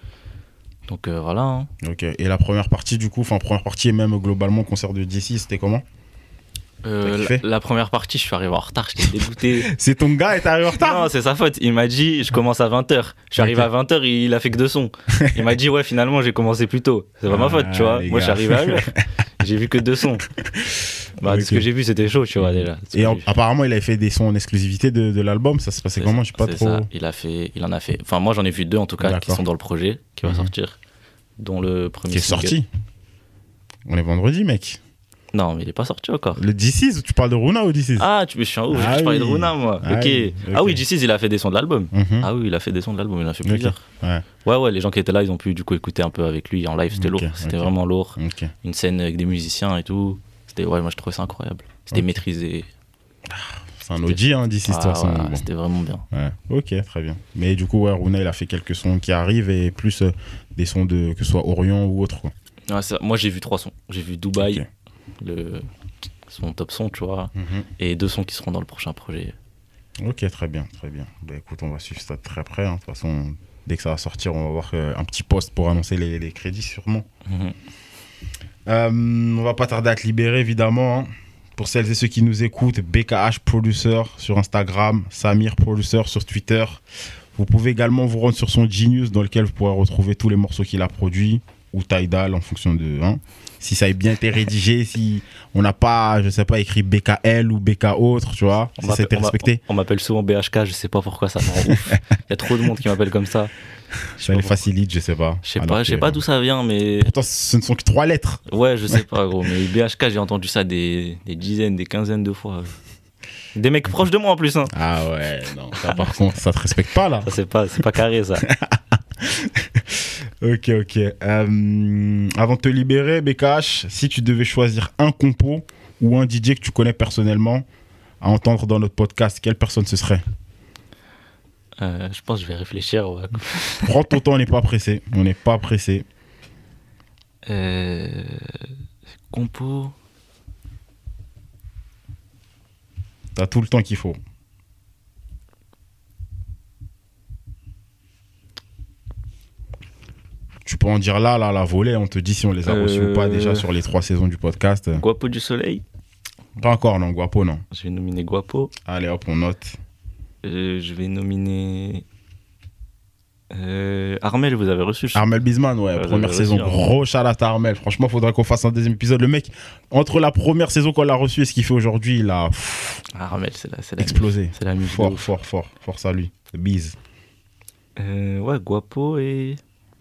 Donc euh, voilà. Hein. Ok. Et la première partie, du coup, enfin, première partie et même globalement, concert de D six, c'était comment? Euh, T'as kiffé la, la première partie, je suis arrivé en retard, j'étais dégoûté. C'est ton gars et t'es arrivé en retard? Non, c'est sa faute. Il m'a dit, je commence à vingt heures. Je suis arrivé Ok. à vingt heures, il a fait que deux sons. Il m'a dit, ouais, finalement, j'ai commencé plus tôt. C'est pas ma Ah, faute, tu vois. les Moi, je suis gars. arrivé à l'heure. J'ai vu que deux sons. Bah, de ce Ok. que j'ai vu, c'était chaud, tu vois, déjà. De ce Et que en- j'ai vu. apparemment, il avait fait des sons en exclusivité de, de l'album. Ça se passait C'est comment? ça, Je sais pas c'est trop. ça. Il, a fait, il en a fait. Enfin, moi, j'en ai vu deux, en tout cas, qui D'accord. sont dans le projet, qui va Mhm. sortir. Dont le premier. Qui est single. sorti. On est vendredi, mec. Non, mais il est pas sorti encore. Le D six, ou tu parles de Runa ou D six? Ah, tu, je suis un ouf, Ah je parlais de oui. Runa, moi. Ah ok. oui, Ah ok. oui, D six, il a fait des sons de l'album. Mhm. Ah oui, il a fait des sons de l'album, il en a fait Ok. plusieurs. Ouais. Ouais, ouais, les gens qui étaient là, ils ont pu du coup écouter un peu avec lui en live, c'était Ok, lourd, c'était ok. vraiment lourd. Ok. Une scène avec des musiciens et tout. C'était, ouais, moi je trouvais ça incroyable. C'était Ok. maîtrisé. C'est un O G, hein, D six, de toute Ah, façon. voilà, Bon. C'était vraiment bien. Ouais. Ok, très bien. Mais du coup, ouais, Runa, il a fait quelques sons qui arrivent et plus euh, des sons de que ce soit Orient ou autre. Quoi. Ouais, ça- moi j'ai vu trois sons. J'ai vu Dubaï, Ok. le, son top son, tu vois, Mhm. et deux sons qui seront dans le prochain projet. Ok, très bien, très bien. Bah, écoute, on va suivre ça de très près. hein. De toute façon, dès que ça va sortir, on va voir euh, un petit post pour annoncer les, les crédits, sûrement. Mhm. Euh, on va pas tarder à te libérer, évidemment. hein. Pour celles et ceux qui nous écoutent, B K H Producer sur Instagram, Samir Producer sur Twitter. Vous pouvez également vous rendre sur son Genius dans lequel vous pourrez retrouver tous les morceaux qu'il a produits ou Tidal en fonction de hein, si ça a bien été rédigé, si on n'a pas, je sais pas, écrit B K L ou B K autre, tu vois, On si ça a été m'appelle- on m'a- respecté. On m'appelle souvent B H K, je sais pas pourquoi ça me rend ouf. Il y a trop de monde qui m'appelle comme ça. Je sais Ça pas les pourquoi. facilite, je sais pas. Je sais Alors pas, je sais que- pas d'où ça vient, mais Pourtant, ce ne sont que trois lettres. ouais, je sais pas, gros. Mais B H K, j'ai entendu ça des, des dizaines, des quinzaines de fois. Des mecs proches de moi en plus, hein. Ah ouais, non, ça par contre, ça te respecte pas là. Ça, c'est pas, c'est pas carré, ça. Ok, ok. Euh, avant de te libérer, B K H, si tu devais choisir un compo ou un D J que tu connais personnellement à entendre dans notre podcast, quelle personne ce serait? Euh, je pense que je vais réfléchir. Ouais. Prends ton temps, on n'est pas pressé. On n'est pas pressé. Euh, compo. T'as tout le temps qu'il faut. Tu peux en dire là, là, la volée. On te dit si on les a Euh, reçus ou pas déjà sur les trois saisons du podcast. Guapo du Soleil. Pas encore, non, Guapo, non. Je vais nominer Guapo. Allez, hop, on note. Euh, je vais nominer. Euh, Armel, vous avez reçu. je- Armel Bisman, ouais, Ouais, première vas-y, saison. hein. Gros shout out à Armel. Franchement, faudrait qu'on fasse un deuxième épisode. Le mec, entre la première saison qu'on l'a reçu et ce qu'il fait aujourd'hui, il a pff, Armel, c'est la, c'est la explosé. musique. C'est la musique. de Fort, ouf. fort, fort. Force à lui. Bise. Euh, ouais, Guapo et.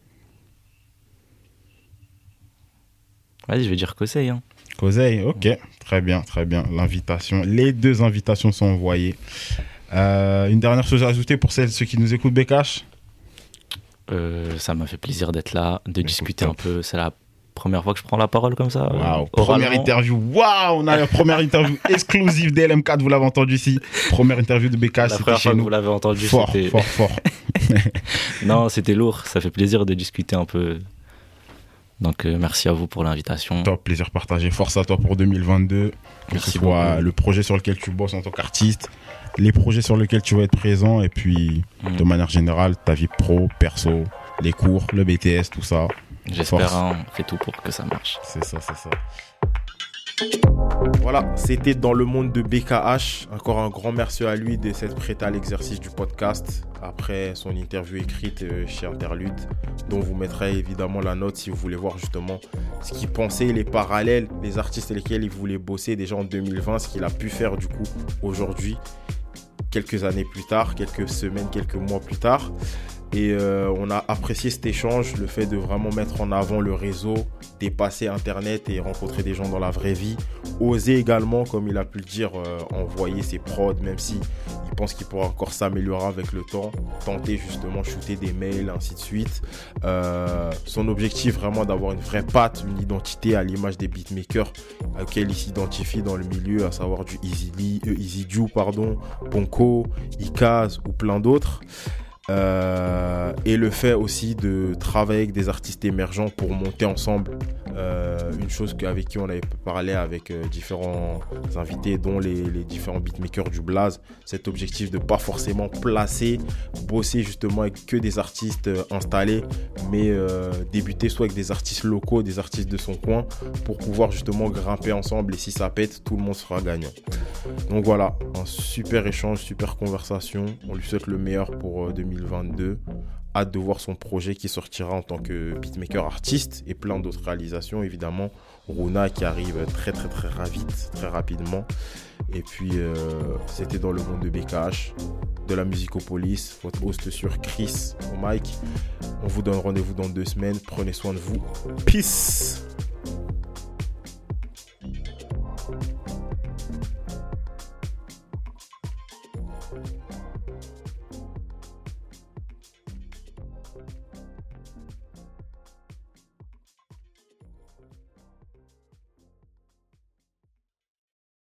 Vas-y, je vais dire Kosei. Hein. Cosey, ok. Très bien, très bien. L'invitation. Les deux invitations sont envoyées. Euh, une dernière chose à ajouter pour celles, ceux qui nous écoutent, B K H. Euh, ça m'a fait plaisir d'être là, de Écoute, discuter top. un peu. C'est la première fois que je prends la parole comme ça. euh, Waouh. oralement. Première interview. Waouh, on a la première interview exclusive d'L M quatre. Vous l'avez entendu ici. Première interview de B K H. La C'était première chez fois que nous. vous l'avez entendu, Fort, c'était. fort, fort. Non, c'était lourd. Ça fait plaisir de discuter un peu. Donc, euh, merci à vous pour l'invitation. Top, plaisir partagé. Force à toi pour deux mille vingt-deux. Que Merci ce soit beaucoup. le projet sur lequel tu bosses en tant qu'artiste, les projets sur lesquels tu vas être présent, et puis Mm. de manière générale, ta vie pro, perso, les cours, le B T S, tout ça. J'espère, Force. hein, on fait tout pour que ça marche. C'est ça, c'est ça. Voilà, c'était dans le monde de B K H. Encore un grand merci à lui de s'être prêté à l'exercice du podcast après son interview écrite chez Interlude, dont vous mettrez évidemment la note si vous voulez voir justement ce qu'il pensait, les parallèles, les artistes avec lesquels il voulait bosser déjà en deux mille vingt, ce qu'il a pu faire du coup aujourd'hui, quelques années plus tard, quelques semaines, quelques mois plus tard. Et euh, on a apprécié cet échange, le fait de vraiment mettre en avant le réseau, dépasser Internet et rencontrer des gens dans la vraie vie. Oser également, comme il a pu le dire, euh, envoyer ses prods, même si il pense qu'il pourra encore s'améliorer avec le temps. Tenter justement, shooter des mails, ainsi de suite. Euh, son objectif vraiment d'avoir une vraie patte, une identité à l'image des beatmakers auxquels il s'identifie dans le milieu, à savoir du Easy, euh, Easy Ju, pardon, Ponko, Ikaz ou plein d'autres. Euh, et le fait aussi de travailler avec des artistes émergents pour monter ensemble, euh, une chose avec qui on avait parlé avec euh, différents invités dont les, les différents beatmakers du Blaze, cet objectif de pas forcément placer, bosser justement avec que des artistes euh, installés, mais euh, débuter soit avec des artistes locaux, des artistes de son coin, pour pouvoir justement grimper ensemble, et si ça pète, tout le monde sera gagnant. Donc voilà, un super échange, super conversation, on lui souhaite le meilleur pour euh, deux mille vingt-deux. Hâte de voir son projet qui sortira en tant que beatmaker artiste et plein d'autres réalisations évidemment. Runa qui arrive très très très vite, très rapidement. Et puis euh, c'était dans le monde de B K H, de la Musicopolis, votre host sur Chris au mic. On vous donne rendez-vous dans deux semaines. Prenez soin de vous. Peace.